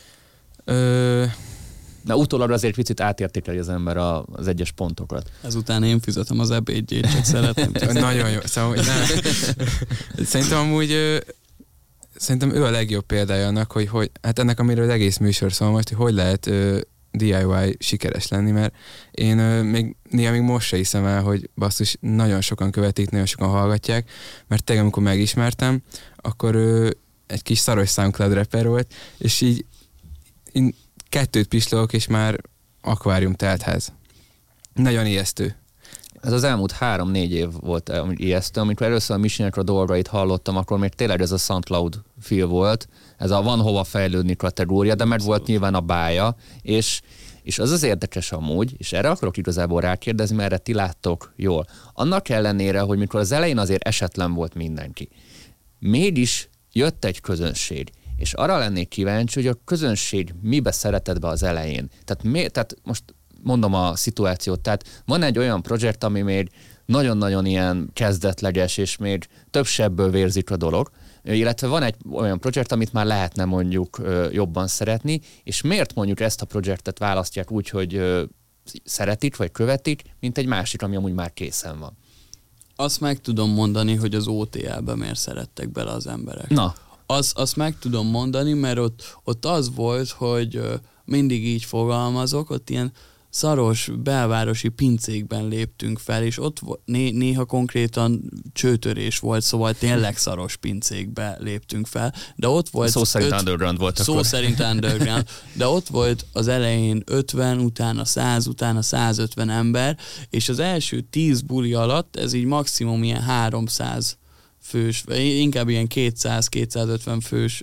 S1: De utólag azért picit átértékeli az ember az egyes pontokat.
S2: Ezután én fizetem az ebédjét, csak szeretném.
S3: Nagyon jó. Szóval, szerintem amúgy szerintem ő a legjobb példája annak, hogy hát ennek, amiről az egész műsor szól most, hogy lehet DIY sikeres lenni, mert én néha még most se hiszem el, hogy basszus, nagyon sokan követik, nagyon sokan hallgatják, mert tényleg amikor megismertem, akkor egy kis szaros SoundCloud rapper volt, és így én 2 pislogok, és már akvárium teltház. Nagyon ijesztő.
S1: Ez az elmúlt 3-4 év volt ijesztő, amikor először a Misinek a dolgait hallottam, akkor még tényleg ez a SoundCloud feel volt, ez a van hova fejlődni kategória, de meg volt nyilván a bája, és az érdekes amúgy, és erre akarok igazából rákérdezni, mert erre ti láttok jól. Annak ellenére, hogy mikor az elején azért esetlen volt mindenki, mégis jött egy közönség, és arra lennék kíváncsi, hogy a közönség mibe szeretett be az elején. Tehát most mondom a szituációt, tehát van egy olyan projekt, ami még nagyon-nagyon ilyen kezdetleges, és még több sebből vérzik a dolog, illetve van egy olyan projekt, amit már lehetne mondjuk jobban szeretni, és miért mondjuk ezt a projektet választják úgy, hogy szeretik, vagy követik, mint egy másik, ami amúgy már készen van.
S2: Azt meg tudom mondani, hogy az OTL-be miért szerettek bele az emberek.
S1: Na.
S2: Azt meg tudom mondani, mert ott az volt, hogy mindig így fogalmazok, ott ilyen szaros belvárosi pincékben léptünk fel, és ott néha konkrétan csőtörés volt, szóval tényleg szaros pincékbe léptünk fel, de ott volt...
S1: Szó szerint underground volt
S2: szó
S1: akkor.
S2: szerint underground, de ott volt az elején 50, utána 100, utána 150 ember, és az első 10 buli alatt ez így maximum ilyen 300 fős, vagy inkább ilyen 200-250 fős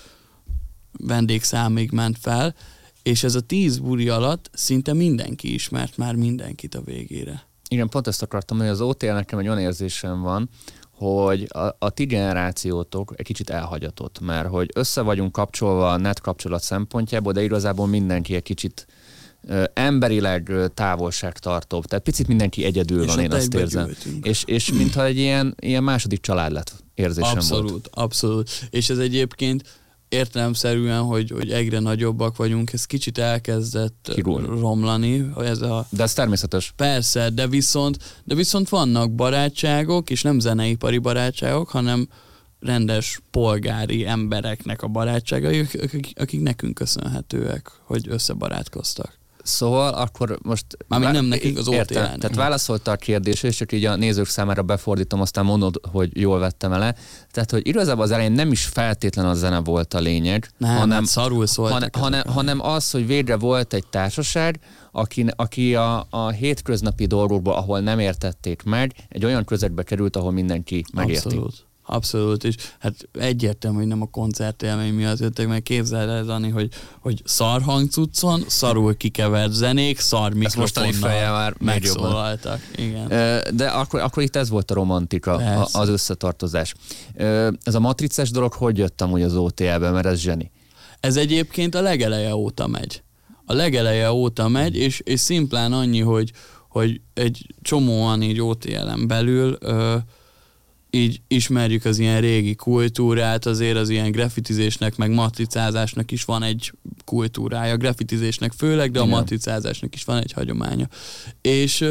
S2: vendégszámig ment fel, és ez a 10 buli alatt szinte mindenki ismert már mindenkit a végére.
S1: Igen, pont ezt akartam, hogy az OTL nekem egy olyan érzésem van, hogy a ti generációtok egy kicsit elhagyatott, mert hogy össze vagyunk kapcsolva a net kapcsolat szempontjából, de igazából mindenki egy kicsit emberileg távolságtartóbb, tehát picit mindenki egyedül van, én azt érzem. És mintha egy ilyen második család lett érzésem volt.
S2: Abszolút. És ez egyébként értelemszerűen, hogy egyre nagyobbak vagyunk, ez kicsit elkezdett romlani.
S1: De ez természetes.
S2: Persze, de viszont vannak barátságok, és nem zeneipari barátságok, hanem rendes polgári embereknek a barátságai, akik nekünk köszönhetőek, hogy összebarátkoztak.
S1: Szóval akkor most...
S2: Mármint nem nekik, az OTL-nek.
S1: Tehát válaszolta a kérdésre, és csak így a nézők számára befordítom, aztán mondod, hogy jól vettem ele. Tehát, hogy igazából az elején nem is feltétlen a zene volt a lényeg,
S2: hanem szarul szóltak.
S1: Hanem az, hogy végre volt egy társaság, aki a hétköznapi dolgokból, ahol nem értették meg, egy olyan közegbe került, ahol mindenki megérti.
S2: Abszolút, és hát egyértelmű, hogy nem a koncertélmény miatt jöttek, mert képzeld el, Dani, hogy szar hangcuccon, szarul kikevert zenék, szar mikrofonnal megszólaltak. Igen.
S1: De akkor itt ez volt a romantika, az összetartozás. Ez a matricás dolog hogy jött amúgy az OTL-be, mert ez zseni?
S2: Ez egyébként a legeleje óta megy. És szimplán annyi, hogy egy csomóan így OTL-en belül így ismerjük az ilyen régi kultúrát, azért az ilyen graffitizésnek, meg matricázásnak is van egy kultúrája. Graffitizésnek főleg, de a matricázásnak is van egy hagyománya. És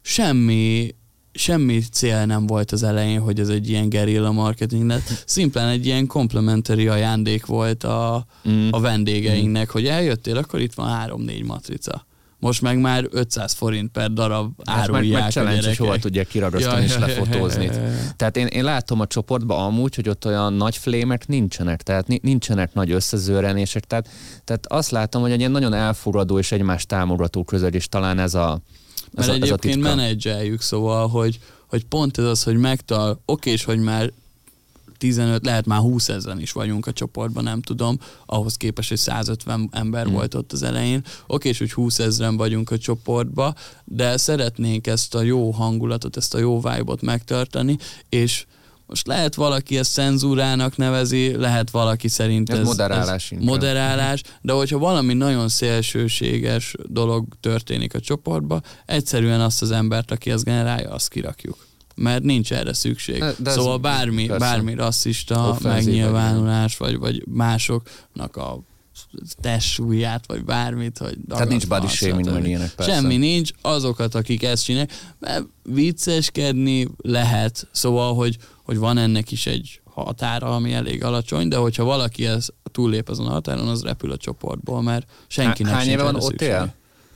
S2: semmi cél nem volt az elején, hogy ez egy ilyen gerilla marketing lett. Szimplán egy ilyen komplementari ajándék volt a vendégeinknek, hogy eljöttél, akkor itt van 3-4 matrica. Most meg már 500 forint per darab árulják a gyerekek.
S1: Hogy hol tudják kiragasztani és lefotózni. Tehát én látom a csoportban amúgy, hogy ott olyan nagy flémek nincsenek, tehát nincsenek nagy összezőrenések, tehát azt látom, hogy egy ilyen nagyon elfogadó és egymást támogató közeg, és talán ez a
S2: Mert egyébként menedzseljük, szóval, hogy pont ez az, hogy és hogy már 15, lehet már 20 000 is vagyunk a csoportban, nem tudom, ahhoz képest, hogy 150 ember volt ott az elején. Oké, és hogy 20 000 vagyunk a csoportba, de szeretnénk ezt a jó hangulatot, ezt a jó vibe-ot megtartani, és most lehet valaki ezt cenzúrának nevezi, lehet valaki szerint ez moderálás, de hogyha valami nagyon szélsőséges dolog történik a csoportba, egyszerűen azt az embert, aki ezt generálja, azt kirakjuk. Mert nincs erre szükség. De szóval bármi rasszista megnyilvánulás, vagy másoknak a testsúlyát, vagy bármit, hogy
S1: tehát nincs body shaming, vagy ilyenek, persze.
S2: Semmi nincs, azokat, akik ezt csinálják, mert vicceskedni lehet, szóval, hogy van ennek is egy határa, ami elég alacsony, de hogyha valaki ez túllép azon a határon, az repül a csoportból, mert senkinek
S1: hány éve van ott él?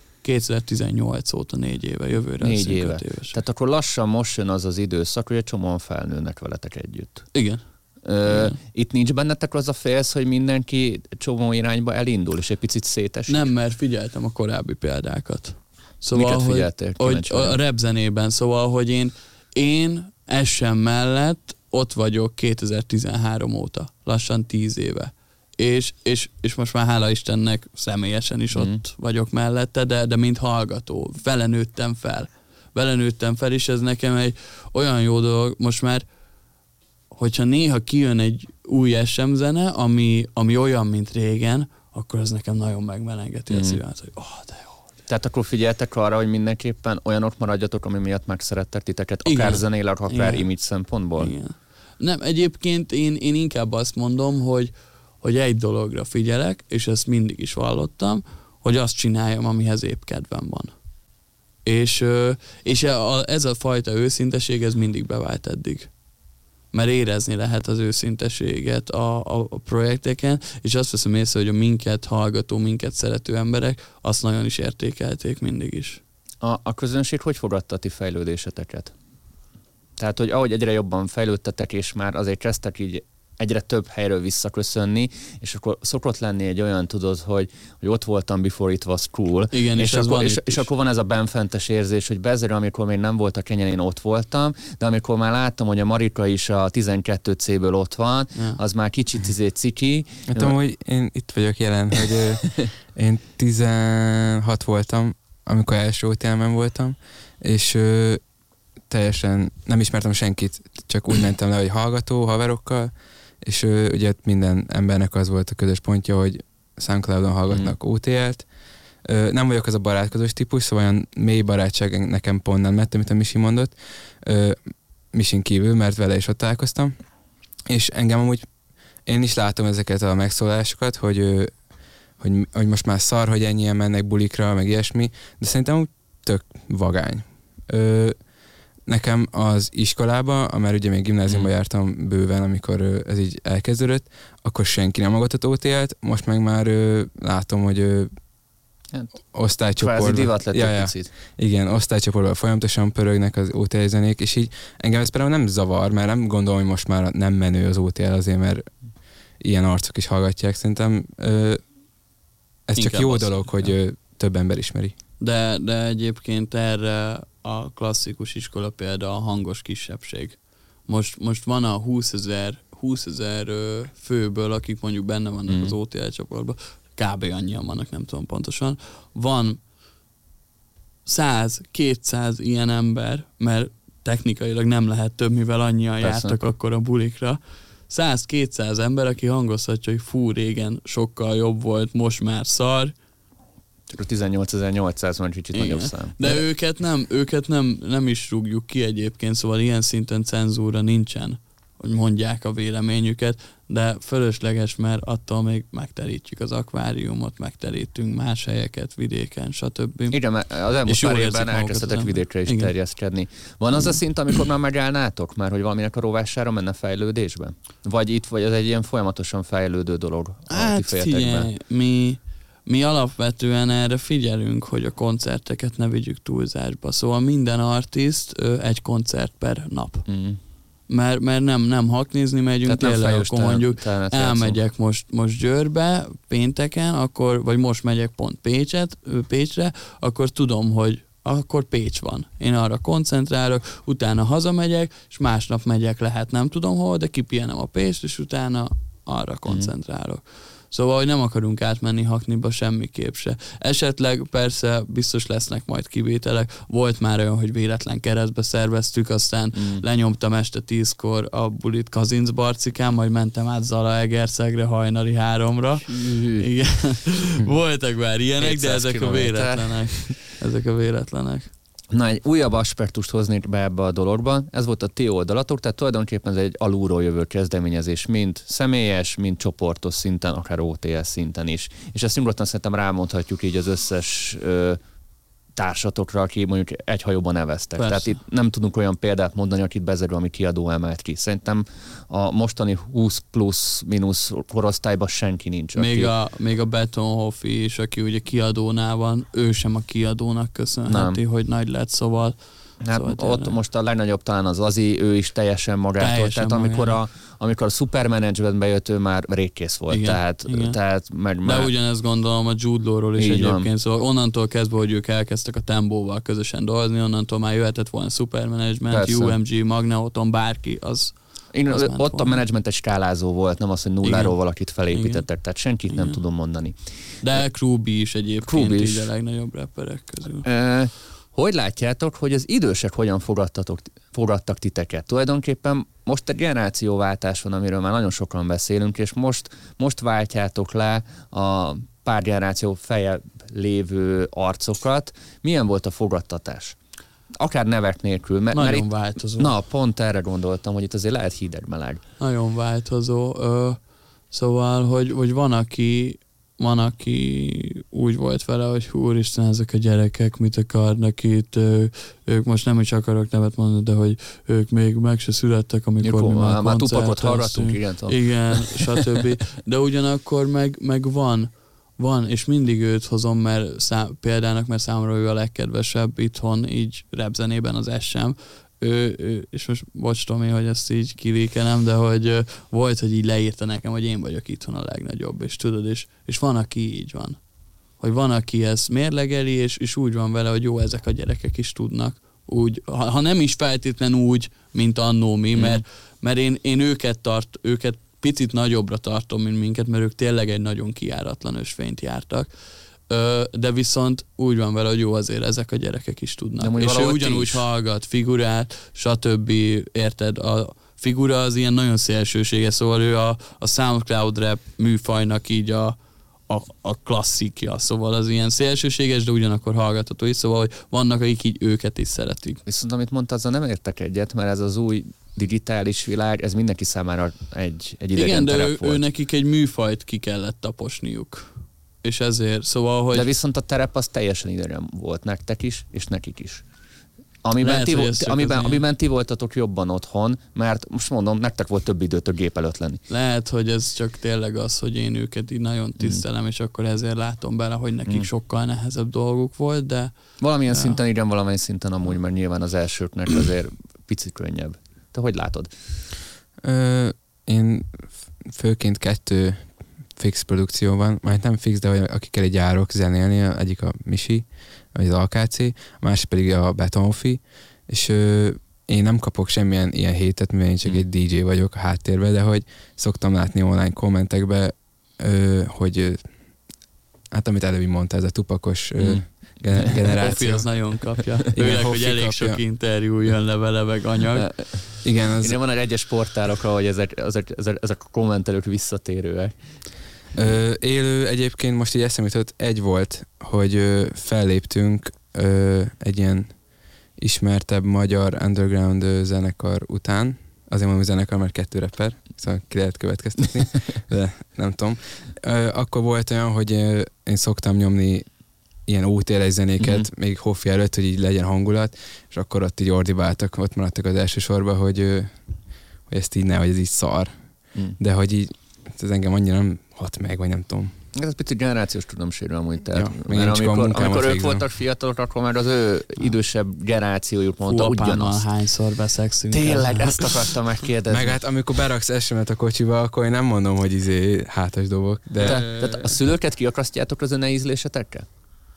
S2: 2018 óta 4 éve, jövőre
S1: 4 éve. Tehát akkor lassan most jön az az időszak, hogy egy csomóan felnőnek veletek együtt.
S2: Igen.
S1: Itt nincs bennetek az a félsz, hogy mindenki csomó irányba elindul, és egy picit szétesik?
S2: Nem, mert figyeltem a korábbi példákat. Szóval,
S1: miket figyeltél?
S2: Hogy a rap zenében, szóval, hogy én SM mellett ott vagyok 2013 óta, lassan 10 éve. És most már hála Istennek személyesen is ott vagyok mellette, de mint hallgató. Vele nőttem fel, és ez nekem egy olyan jó dolog, most már hogyha néha kijön egy új SM zene, ami olyan, mint régen, akkor ez nekem nagyon megmelengeti a szívemet, hogy de jó.
S1: Tehát akkor figyeltek arra, hogy mindenképpen olyanok maradjatok, ami miatt megszerettek titeket, akár zenéleg, akár image szempontból?
S2: Igen. Nem, egyébként én inkább azt mondom, hogy egy dologra figyelek, és ezt mindig is vallottam, hogy azt csináljam, amihez épp kedvem van. És ez a fajta őszinteség, ez mindig bevált eddig. Mert érezni lehet az őszinteséget a projekteken, és azt veszem észre, hogy a minket hallgató, minket szerető emberek azt nagyon is értékelték mindig is.
S1: A közönség hogy fogadta a ti fejlődéseteket? Tehát, hogy ahogy egyre jobban fejlődtetek, és már azért kezdtek így egyre több helyről visszaköszönni, és akkor szokott lenni egy olyan, tudod, hogy ott voltam before it was cool.
S2: Igen,
S1: és akkor van ez a benfentes érzés, hogy bezerül, amikor még nem volt a Kenyen, én ott voltam, de amikor már láttam, hogy a Marika is a 12C-ből ott van, az már kicsit ciki.
S3: Hát amúgy én itt vagyok jelen, hogy én 16 voltam, amikor első OTL-ben voltam, és teljesen nem ismertem senkit, csak úgy mentem le, hogy hallgató, haverokkal, és ugye minden embernek az volt a közös pontja, hogy SoundCloudon hallgatnak OTL-t. Nem vagyok az a barátkozós típus, szóval olyan mély barátság nekem pont nem lett, amit a Misi mondott. Misin kívül, mert vele is ott találkoztam. És engem amúgy, én is látom ezeket a megszólásokat, hogy most már szar, hogy ennyien mennek bulikra, meg ilyesmi, de szerintem úgy tök vagány. Nekem az iskolába, mert ugye még gimnáziumba jártam bőven, amikor ez így elkezdődött, akkor senki nem hallgatott OTL-t, most meg már látom, hogy osztálycsoportban...
S1: Kvázi divat lett egy picit.
S3: Igen, osztálycsoportban folyamatosan pörögnek az OTL zenék, és így engem ez például nem zavar, mert nem gondolom, hogy most már nem menő az OTL azért, mert ilyen arcok is hallgatják. Szerintem ez csak jó dolog, hogy több ember ismeri.
S2: De egyébként erre a klasszikus iskola példa a hangos kisebbség. Most van a 20 000 főből, akik mondjuk benne vannak az OTL csoportban, kb. Annyian vannak, nem tudom pontosan. Van 100-200 ilyen ember, mert technikailag nem lehet több, mivel annyian jártak akkor a bulikra. 100-200 ember, aki hangozhatja, hogy fú, régen sokkal jobb volt, most már szar.
S1: Csak a 18.800 van kicsit nagyobb szám.
S2: De őket nem is rúgjuk ki egyébként, szóval ilyen szinten cenzúra nincsen, hogy mondják a véleményüket, de fölösleges, mert attól még megterítjük az akváriumot, megterítünk más helyeket, vidéken, stb.
S1: Igen, mert az elmúlt pár évben elkezdhetek vidékre is terjeszkedni. Van az a szint, amikor már megállnátok már, hogy valaminek a rovására menne fejlődésben? Vagy itt, vagy ez egy ilyen folyamatosan fejlődő dolog?
S2: Hát figyelj, mi alapvetően erre figyelünk, hogy a koncerteket ne vigyük túlzásba. Szóval minden artist egy koncert per nap. Mert nem haknizni megyünk, tényleg, akkor mondjuk elmegyek most Győrbe pénteken, akkor, vagy most megyek pont Pécsre, akkor tudom, hogy akkor Pécs van. Én arra koncentrálok, utána hazamegyek, és másnap megyek lehet nem tudom hol, de kipihenem a Pécst, és utána arra koncentrálok. Szóval, hogy nem akarunk átmenni Hackneyba semmiképp se. Esetleg persze biztos lesznek majd kivételek. Volt már olyan, hogy véletlen keresztbe szerveztük, aztán lenyomtam este 10-kor a bulit Kazincbarcikán, majd mentem át Zalaegerszegre hajnali 3-ra. Igen. Voltak már ilyenek, de ezek a véletlenek. Ezek a véletlenek.
S1: Na, egy újabb aspektust hoznék be ebbe a dologba. Ez volt a ti oldalatok, tehát tulajdonképpen ez egy alulról jövő kezdeményezés, mind személyes, mind csoportos szinten, akár OTS szinten is. És ezt nyugodtan szerintem rámondhatjuk így az összes társatokra, aki mondjuk egy hajóban neveztek.
S2: Persze.
S1: Tehát itt nem tudunk olyan példát mondani, akit bezerül, ami kiadó emelt ki. Szerintem a mostani 20 plusz mínusz korosztályban senki nincs.
S2: Még a Betonhoffi is, aki ugye kiadónál van, ő sem a kiadónak köszönheti, hogy nagy lett, szóval...
S1: Hát
S2: szóval
S1: ott most a legnagyobb talán az Azi, ő is teljesen magától. Tehát amikor a Supermanagementbe jött, ő már régkész volt.
S2: Igen,
S1: tehát
S2: de ugyanezt gondolom a Jude Law-ról is egyébként.
S1: Van.
S2: Szóval onnantól kezdve, hogy ők elkezdtek a Tembóval közösen dolgozni, onnantól már jöhetett volna Supermanagement,
S1: Persze.
S2: UMG, Magneoton, bárki, az
S1: ott a menedzsment egy skálázó volt, nem az, hogy nulláról valakit felépítettek, tehát senkit nem tudom mondani.
S2: De Krubi is egyébként így a legnagyobb rapperek közül.
S1: Hogy látjátok, hogy az idősek hogyan fogadtak titeket? Tulajdonképpen most egy generációváltás van, amiről már nagyon sokan beszélünk, és most váltjátok le a pár generáció feljebb lévő arcokat. Milyen volt a fogadtatás? Akár nevek nélkül.
S2: Nagyon változó.
S1: Na, pont erre gondoltam, hogy itt azért lehet hideg-meleg.
S2: Nagyon változó. Szóval, hogy van, aki úgy volt vele, hogy úristen, ezek a gyerekek mit akarnak itt, ők most nem is akarok nevet mondani, de hogy ők még meg se születtek, amikor mi már
S1: Tupakot hallgattunk,
S2: igen, stb. De ugyanakkor meg van, és mindig őt hozom, példának, mert számomra ő a legkedvesebb itthon, így rapzenében az SM. És most bocs Tomi, hogy ezt így kivékelem, de hogy volt, hogy így leírta nekem, hogy én vagyok itthon a legnagyobb, és tudod, és van, aki így van. Hogy van, aki ezt mérlegeli, és úgy van vele, hogy jó, ezek a gyerekek is tudnak. Úgy, ha nem is feltétlen úgy, mint annó mi, mert én őket picit nagyobbra tartom, mint minket, mert ők tényleg egy nagyon kijáratlan ösvényt jártak. De viszont úgy van vele, hogy jó, azért ezek a gyerekek is tudnak. És ő ugyanúgy hallgat figurát, stb. Érted? A figura az ilyen nagyon szélsőséges, szóval ő a SoundCloud rap műfajnak így a klasszikja, szóval az ilyen szélsőséges, de ugyanakkor hallgatható is, szóval hogy vannak, akik így őket is szeretik.
S1: Viszont amit mondta, azzal nem értek egyet, mert ez az új digitális világ, ez mindenki számára egy idegen terep volt.
S2: Igen, de ő nekik egy műfajt ki kellett taposniuk. És ezért, szóval, hogy...
S1: De viszont a terep az teljesen idegen volt nektek is, és nekik is. Amiben ti voltatok jobban otthon, mert most mondom, nektek volt több időtök gép előtt lenni.
S2: Lehet, hogy ez csak tényleg az, hogy én őket így nagyon tisztelem, és akkor ezért látom bele, hogy nekik sokkal nehezebb dolguk volt, de...
S1: Valamilyen szinten igen, valamilyen szinten amúgy, mert nyilván az elsőknek azért picit könnyebb. Te hogy látod?
S3: Én főként 2 fix produkció van, majd nem fix, de akikkel így járok zenélni, egyik a Misi, vagy az AKC, a másik pedig a Betonhoffi, és én nem kapok semmilyen ilyen hétet, mivel én csak egy DJ vagyok a háttérben, de hogy szoktam látni online kommentekbe, hogy hát amit előbb mondta, ez a tupakos generáció.
S2: Hoffi az nagyon kapja. Főleg, hogy elég kapja. Sok interjú jön le vele, meg anyag.
S1: Igen, van egy egyes portálokra, hogy ezek a kommentelők visszatérőek.
S3: Élő egyébként most így eszembe jutott, egy volt, hogy felléptünk egy ilyen ismertebb magyar underground zenekar után. Azért mondom, hogy zenekar, mert 2 rapper, szóval ki lehet következtetni, de nem tudom. Akkor volt olyan, hogy én szoktam nyomni ilyen OTL-es zenéket, még Hoffi előtt, hogy így legyen hangulat, és akkor ott így ordibáltak, ott maradtak az első sorba, hogy ezt így ne, hogy ez így szar. De hogy így, ez engem annyira nem hat meg, vagy nem tudom.
S1: Ez picit generációs tudomsérül amúgy. Tehát,
S3: mert
S1: amikor ők voltak fiatalok, akkor már az ő idősebb generációjuk mondta ugyanazt.
S2: Hányszor beszexünk.
S1: Tényleg, ezt akartam megkérdezni.
S3: Meg hát amikor beraksz SMS-et a kocsiba, akkor én nem mondom, hogy hátas dobok. De...
S1: Tehát a szülőket kiakasztjátok az öne ízlésetekkel?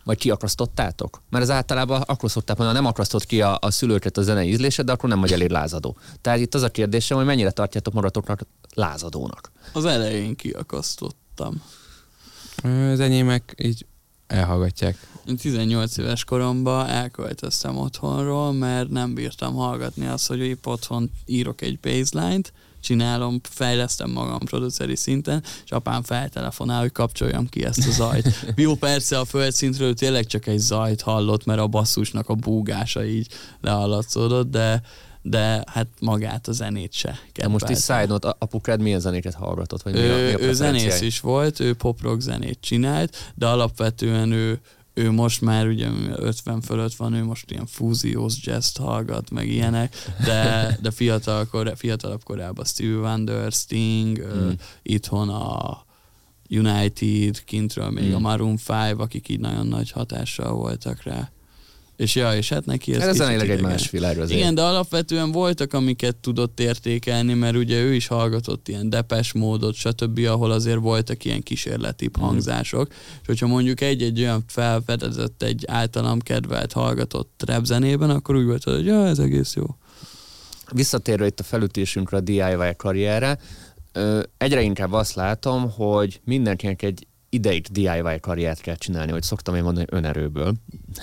S1: Vagy kiakasztottátok? Mert ez általában akkor szokták mondani, nem akasztott ki a szülőket a zenei ízlésed, de akkor nem vagy elég lázadó. Tehát itt az a kérdésem, hogy mennyire tartjátok magatoknak lázadónak.
S2: Az elején kiakasztottam.
S3: Az enyémek így elhallgatják.
S2: Én 18 éves koromban elköltöztem otthonról, mert nem bírtam hallgatni azt, hogy épp otthon írok egy baseline-t, csinálom, fejlesztem magam produceri szinten, és apám feltelefonál, hogy kapcsoljam ki ezt a zajt. Jó, persze a földszintről tényleg csak egy zajt hallott, mert a basszusnak a búgása így lehallatszódott, de hát magát a zenét se kedvelte.
S1: Most is side note, apukád milyen zenéket hallgatott? Vagy
S2: ő zenész is volt, ő pop-rock zenét csinált, de alapvetően ő most már ugye 50 fölött van, ő most ilyen fúziós jazzt hallgat, meg ilyenek, de fiatalabb korában Stevie Wonder, Sting, itthon a United, kintről még a Maroon 5, akik így nagyon nagy hatással voltak rá. És hát neki ez
S1: zeneileg egy más világ azért.
S2: Igen, de alapvetően voltak, amiket tudott értékelni, mert ugye ő is hallgatott ilyen Depeche Módot, stb., ahol azért voltak ilyen kísérletibb hangzások, és hogyha mondjuk egy olyan felfedezett, egy általam kedvelt hallgatott rap zenében, akkor úgy volt, hogy ez egész jó.
S1: Visszatérve itt a felütésünkre, a DIY karrierre, egyre inkább azt látom, hogy mindenkinek egy ideig DIY karriert kell csinálni, hogy szoktam én mondani, önerőből.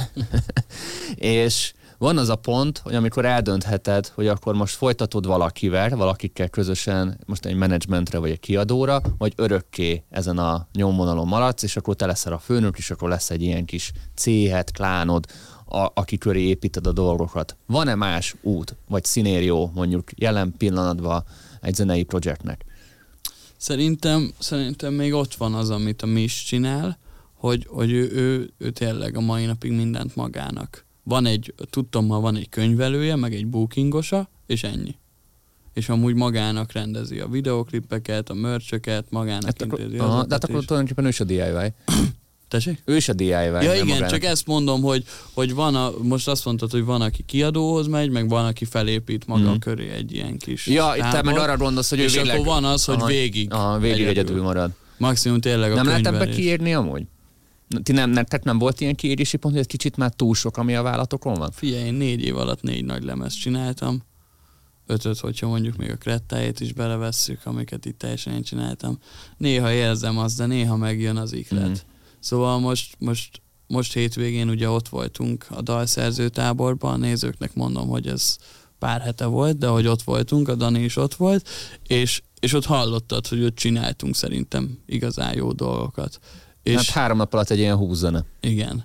S1: És van az a pont, hogy amikor eldöntheted, hogy akkor most folytatod valakikkel közösen, most egy menedzsmentre vagy egy kiadóra, vagy örökké ezen a nyomvonalon maradsz, és akkor te leszel a főnök, és akkor lesz egy ilyen kis céhed, klánod, aki köré építed a dolgokat. Van-e más út, vagy szinérió mondjuk jelen pillanatban egy zenei projektnek?
S2: Szerintem még ott van az, amit a Mis csinál, hogy ő tényleg a mai napig mindent magának. Tudtommal van egy könyvelője, meg egy bookingosa, és ennyi. És amúgy magának rendezi a videóklippeket, a merch-öket, magának intézi azokat.
S1: De hát akkor tulajdonképpen ő is a DIY.
S2: Tessék?
S1: Ő is a DIY.
S2: Ja igen, magának. Csak ezt mondom, hogy most azt mondtad, hogy van, aki kiadóhoz megy, meg van, aki felépít maga köré egy ilyen kis
S1: itt te meg arra gondolsz, hogy
S2: és akkor van az, hogy végig
S1: egyedül marad.
S2: Maximum tényleg a könyvelés.
S1: Nem lehet ebbe kiírni amúgy? Tehát nem volt ilyen kiírési pont, hogy ez kicsit már túl sok, ami a vállatokon van?
S2: Figyelj, én 4 év alatt 4 nagy lemezt csináltam. 5, hogyha mondjuk még a Krettájét is belevesszük, amiket itt teljesen én csináltam. Néha érzem azt, de néha megjön az iklet. Szóval most hétvégén ugye ott voltunk a dalszerző táborban, a nézőknek mondom, hogy ez pár hete volt, de hogy ott voltunk, a Dani is ott volt, és ott hallottad, hogy ott csináltunk szerintem igazán jó dolgokat.
S1: Hát 3 nap alatt egy ilyen 20 zene.
S2: Igen.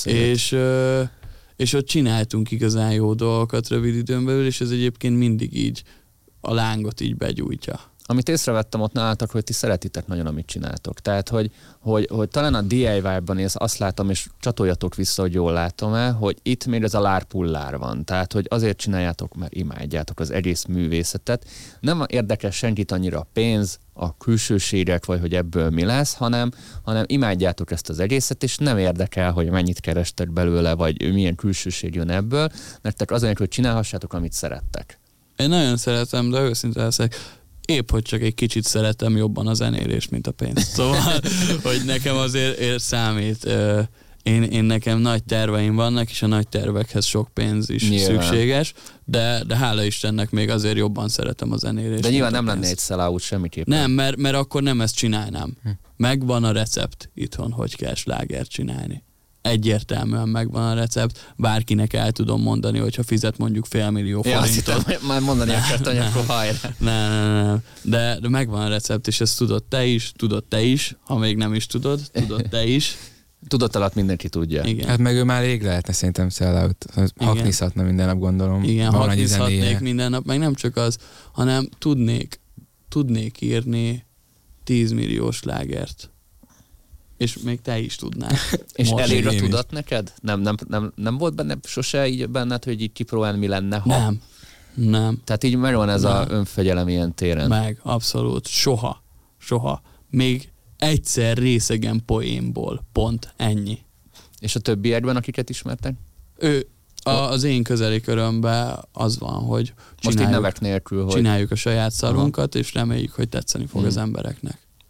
S2: És ott csináltunk igazán jó dolgokat rövid időn belül, és ez egyébként mindig így a lángot így begyújtja.
S1: Amit észrevettem ott nálatok, hogy ti szeretitek nagyon, amit csináltok. Tehát, hogy talán a DIY-ban én azt látom, és csatoljatok vissza, hogy jól látom-e, hogy itt még ez a lárpullár van. Tehát, hogy azért csináljátok, mert imádjátok az egész művészetet. Nem érdekel senkit annyira a pénz, a külsőségek, vagy hogy ebből mi lesz, hanem imádjátok ezt az egészet, és nem érdekel, hogy mennyit kerestek belőle, vagy milyen külsőség jön ebből, mert azért, hogy csinálhassátok, amit szerettek. Én
S2: nagyon szeretem, de őszinte leszek. Épp, hogy csak egy kicsit szeretem jobban a zenélést, mint a pénzt. Szóval, hogy nekem azért számít. Én nekem nagy terveim vannak, és a nagy tervekhez sok pénz is szükséges, de hála Istennek még azért jobban szeretem a zenélést.
S1: De nyilván nem lenne egy sellout semmiképpen.
S2: Nem, mert akkor nem ezt csinálnám. Megvan a recept itthon, hogy kell slágert csinálni. Egyértelműen megvan a recept, bárkinek el tudom mondani, hogyha fizet mondjuk $500 000 forintot.
S1: Azt hittem, már mondani akart, hogy akkor hajrá.
S2: Nem. De megvan a recept, és ezt tudod te is, ha még nem is tudod te is.
S1: Tudat alatt mindenki tudja.
S3: Igen. Hát meg ő már rég lehetne szerintem sellout. Hakniszhatna minden nap, gondolom.
S2: Igen, hakniszhatnék minden nap, meg nem csak az, hanem tudnék írni 10 millió slágert. És még te is tudnál.
S1: És elég a tudat neked? Nem volt benne sose így benned, hogy így kipróbálni mi lenne, ha?
S2: Nem.
S1: Tehát így megvan ez az önfegyelem ilyen téren?
S2: Meg, abszolút. Soha. Még egyszer részegen poénból. Pont ennyi.
S1: És a többiekben, akiket ismertek?
S2: Az én közeli körömben az van, hogy
S1: most így nevek nélkül, hogy
S2: csináljuk a saját szarunkat, és reméljük, hogy tetszeni fog az embereknek.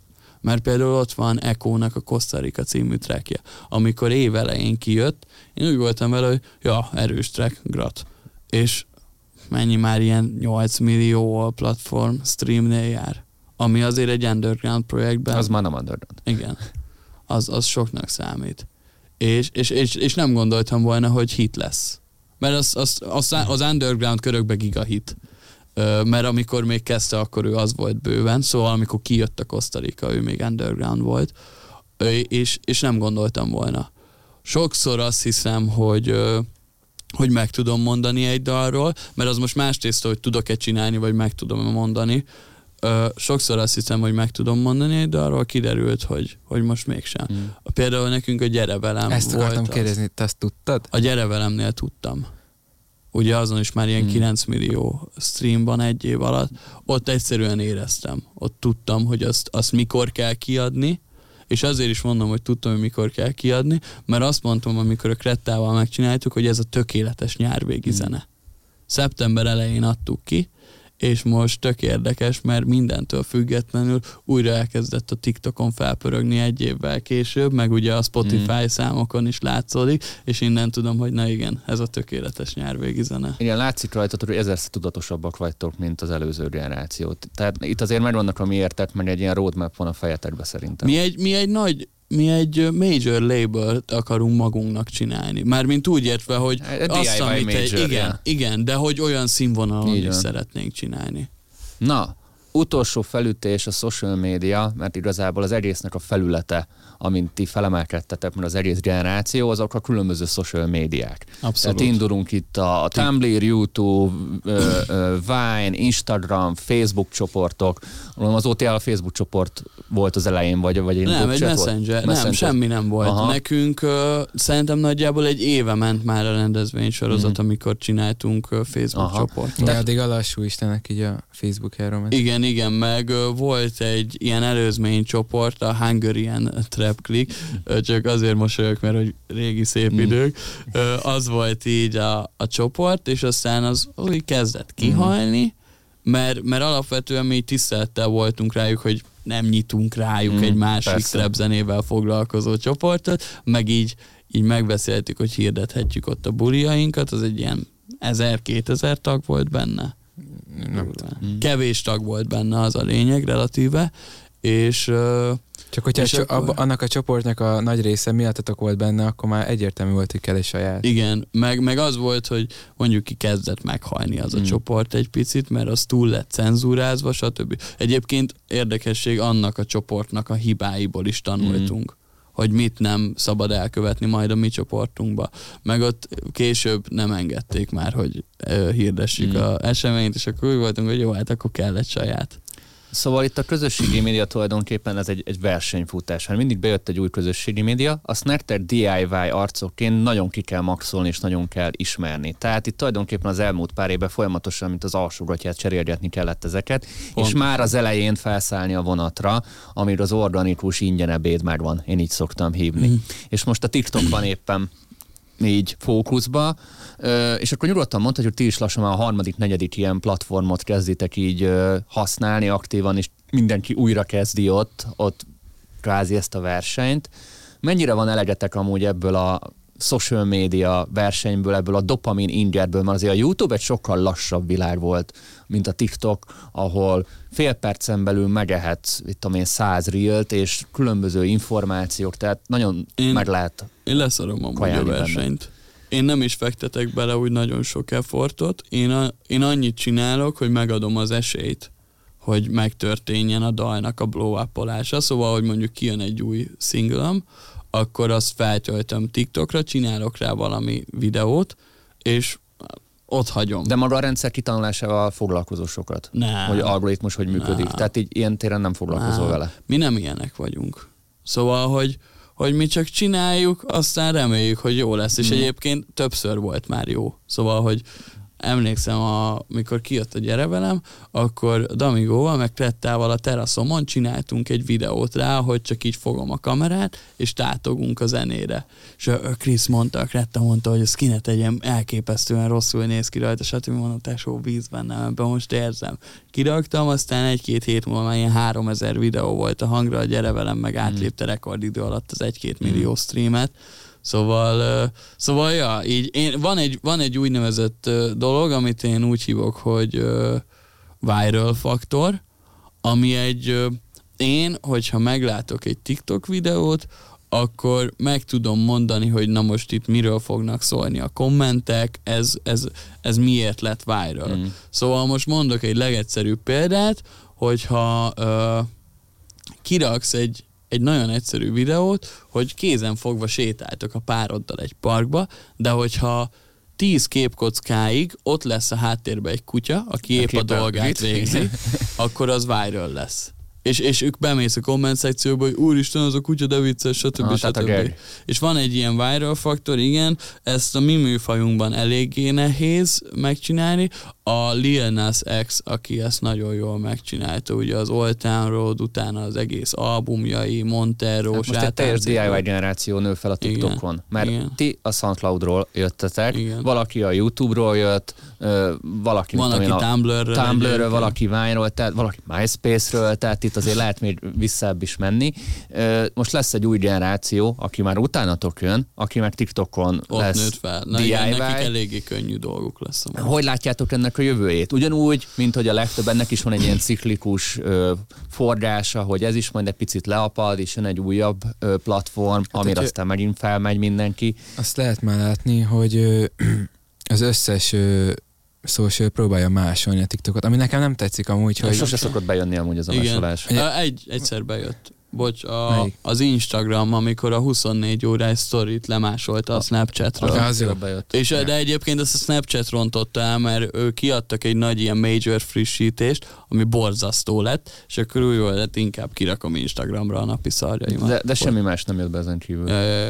S2: Mert például ott van Echo-nak a Costa Rica című trackje. Amikor év elején kijött, én úgy voltam vele, hogy ja, erős track, grat. És mennyi már ilyen 8 millió a platform streamnél jár. Ami azért egy underground projektben...
S1: Az már nem underground.
S2: Igen. Az soknak számít. És nem gondoltam volna, hogy hit lesz. Mert az underground körökben gigahit. Mert amikor még kezdte, akkor ő az volt bőven, szóval amikor kijött a Costa Rica, ő még underground volt, és nem gondoltam volna. Sokszor azt hiszem, hogy meg tudom mondani egy dalról, mert az most más tészta, hogy tudok-e csinálni, vagy meg tudom mondani. Sokszor azt hiszem, hogy meg tudom mondani egy dalról, kiderült, hogy most mégsem. Például nekünk a Gyere velem
S3: ezt
S2: volt.
S3: akartam kérdezni, te azt tudtad?
S2: A Gyere velemnél tudtam. Ugye azon is már ilyen 9 millió stream van egy év alatt. Ott egyszerűen éreztem. Ott tudtam, hogy azt mikor kell kiadni, és azért is mondom, hogy tudtam, hogy mikor kell kiadni, mert azt mondtam, amikor a Krettával megcsináltuk, hogy ez a tökéletes nyárvégi zene. Szeptember elején adtuk ki, és most tök érdekes, mert mindentől függetlenül újra elkezdett a TikTokon felpörögni egy évvel később, meg ugye a Spotify számokon is látszódik, és innen tudom, hogy na igen, ez a tökéletes nyárvégi zene.
S1: Igen, látszik rajtatok, hogy ezerszer tudatosabbak vagytok, mint az előző generációt. Tehát itt azért megvannak a miértek, meg egy ilyen roadmap van a fejetekbe szerintem.
S2: Mi egy major label-t akarunk magunknak csinálni. Mármint úgy értve, hogy azt, amit igen, de hogy olyan színvonalon is szeretnénk csinálni.
S1: Na, utolsó felütés a social media, mert igazából az egésznek a felülete, amint ti felemelkedtetek, mert az egész generáció, azok a különböző social médiák.
S2: Abszolút.
S1: Tehát indulunk itt a Tumblr, YouTube, Vine, Instagram, Facebook csoportok. Az OTL a Facebook csoport volt az elején, vagy egy
S2: nem, egy messenger. Nem, semmi nem volt.
S1: Aha.
S2: Nekünk szerintem nagyjából egy éve ment már a rendezvénysorozat, amikor csináltunk Facebook csoportot.
S3: De addig a lassú Istennek így a Facebookjáról ment.
S2: Igen, meg volt egy ilyen előzmény csoport, a Hungarian Trap Click, csak azért mosolyog, mert hogy régi szép idők. Az volt így a csoport, és aztán az úgy kezdett kihalni, mert alapvetően mi tisztelettel voltunk rájuk, hogy nem nyitunk rájuk egy másik trap zenével foglalkozó csoportot, meg így megbeszéltük, hogy hirdethetjük ott a buliainkat, az egy ilyen 1000-2000 tag volt benne. Kevés tag volt benne, az a lényeg relatíve, és
S3: csak hogyha annak a csoportnak a nagy része miattatok volt benne, akkor már egyértelmű volt, hogy kell egy saját.
S2: Igen, meg az volt, hogy mondjuk ki kezdett meghalni az a csoport egy picit, mert az túl lett cenzúrázva, stb. Egyébként érdekesség, annak a csoportnak a hibáiból is tanultunk, hogy mit nem szabad elkövetni majd a mi csoportunkba. Meg ott később nem engedték már, hogy hirdessük az eseményt, és akkor úgy voltunk, hogy jó, hát akkor kell egy saját.
S1: Szóval itt a közösségi média tulajdonképpen ez egy versenyfutás. Hát mindig bejött egy új közösségi média, azt nektek DIY arcokként nagyon ki kell maxolni, és nagyon kell ismerni. Tehát itt tulajdonképpen az elmúlt pár évben folyamatosan, mint az alsógatját cserélgetni kellett ezeket, és már az elején felszállni a vonatra, amíg az organikus ingyen ebéd megvan, én így szoktam hívni. És most a TikTok van éppen így fókuszba, és akkor nyugodtan mondhatjuk, hogy ti is lassan már a harmadik, negyedik ilyen platformot kezditek így használni aktívan, és mindenki újra kezdi ott kvázi ezt a versenyt. Mennyire van elegetek amúgy ebből a social media versenyből, ebből a dopamin ingerből, mert azért a YouTube egy sokkal lassabb világ volt, mint a TikTok, ahol fél percen belül megehetsz, 100 reelt, és különböző információk, tehát nagyon meg lehet.
S2: Én leszarom amúgy a versenyt. Benne. Én nem is fektetek bele úgy nagyon sok effortot, én annyit csinálok, hogy megadom az esélyt, hogy megtörténjen a dalnak a blow-up-olása, szóval, hogy mondjuk kijön egy új singlem, akkor azt feltöltöm TikTokra, csinálok rá valami videót, és ott hagyom.
S1: De maga a rendszer kitanulásával foglalkozol sokat?
S2: Nem.
S1: Hogy algoritmus hogy működik? Tehát így ilyen téren nem foglalkozol vele?
S2: Mi nem ilyenek vagyunk. Szóval, hogy mi csak csináljuk, aztán reméljük, hogy jó lesz. És egyébként többször volt már jó. Szóval, hogy emlékszem, mikor kijött a Gyere velem, akkor Damigóval, meg Krettával a teraszomon csináltunk egy videót rá, hogy csak így fogom a kamerát, és tátogunk a zenére. És a Krisz mondta, a Kretta mondta, hogy a skinet egy ilyen elképesztően rosszul néz ki rajta, stb. Mondom, tesó, víz bennem, ebben most érzem. Kiraktam, aztán 1-2 hét múlva már ilyen 3000 videó volt a hangra, a Gyere velem, meg átlépte rekordidő alatt az 1-2 millió streamet. Szóval ja, így van egy úgynevezett dolog, amit én úgy hívok, hogy viral faktor, ami én, hogyha meglátok egy TikTok videót, akkor meg tudom mondani, hogy na most itt miről fognak szólni a kommentek, ez miért lett viral. Szóval most mondok egy legegyszerűbb példát, hogyha kiraksz egy nagyon egyszerű videót, hogy kézen fogva sétáltok a pároddal egy parkba, de hogyha 10 képkockáig ott lesz a háttérben egy kutya, aki épp a dolgát végzi, akkor az viral lesz. És ők bemész a komment szekcióba, hogy úristen, az a kutya, de vicces, stb. És van egy ilyen viral faktor, igen, ezt a mi műfajunkban eléggé nehéz megcsinálni. A Lil Nas X, aki ezt nagyon jól megcsinálta, ugye az Old Town Road, utána az egész albumjai, Montero,
S1: hát most egy teljes DIY generáció nő fel a TikTokon, mert ti a SoundCloudról jöttetek, valaki a YouTube-ról jött, valaki Tumblr-ről, valaki Vine-ról, valaki MySpace-ről, tehát itt azért lehet még visszább is menni. Most lesz egy új generáció, aki már utánatok jön, aki meg TikTokon
S2: ott
S1: lesz
S2: nőtt fel.
S1: DIY.
S2: Nekik eléggé könnyű dolguk lesz.
S1: Hogy látjátok ennek a jövőjét? Ugyanúgy, mint hogy a legtöbb, ennek is van egy ilyen ciklikus forgása, hogy ez is majd egy picit leapad, és jön egy újabb platform, amire aztán megint felmegy mindenki.
S3: Azt lehet már látni, hogy az összes social próbálja másolni a TikTokot, ami nekem nem tetszik amúgy, hogy...
S1: Sose szokott bejönni amúgy az a másolás.
S2: Egyszer bejött. Bocs, az Instagram, amikor a 24 órás sztorit lemásolta a Snapchatről.
S3: Az jó bejött.
S2: De egyébként ezt a Snapchat rontotta el, mert ők kiadtak egy nagy ilyen major frissítést, ami borzasztó lett, és akkor úgy volt, inkább kirakom Instagramra a napi szarjaimat.
S1: De semmi más nem jött be ezen kívül.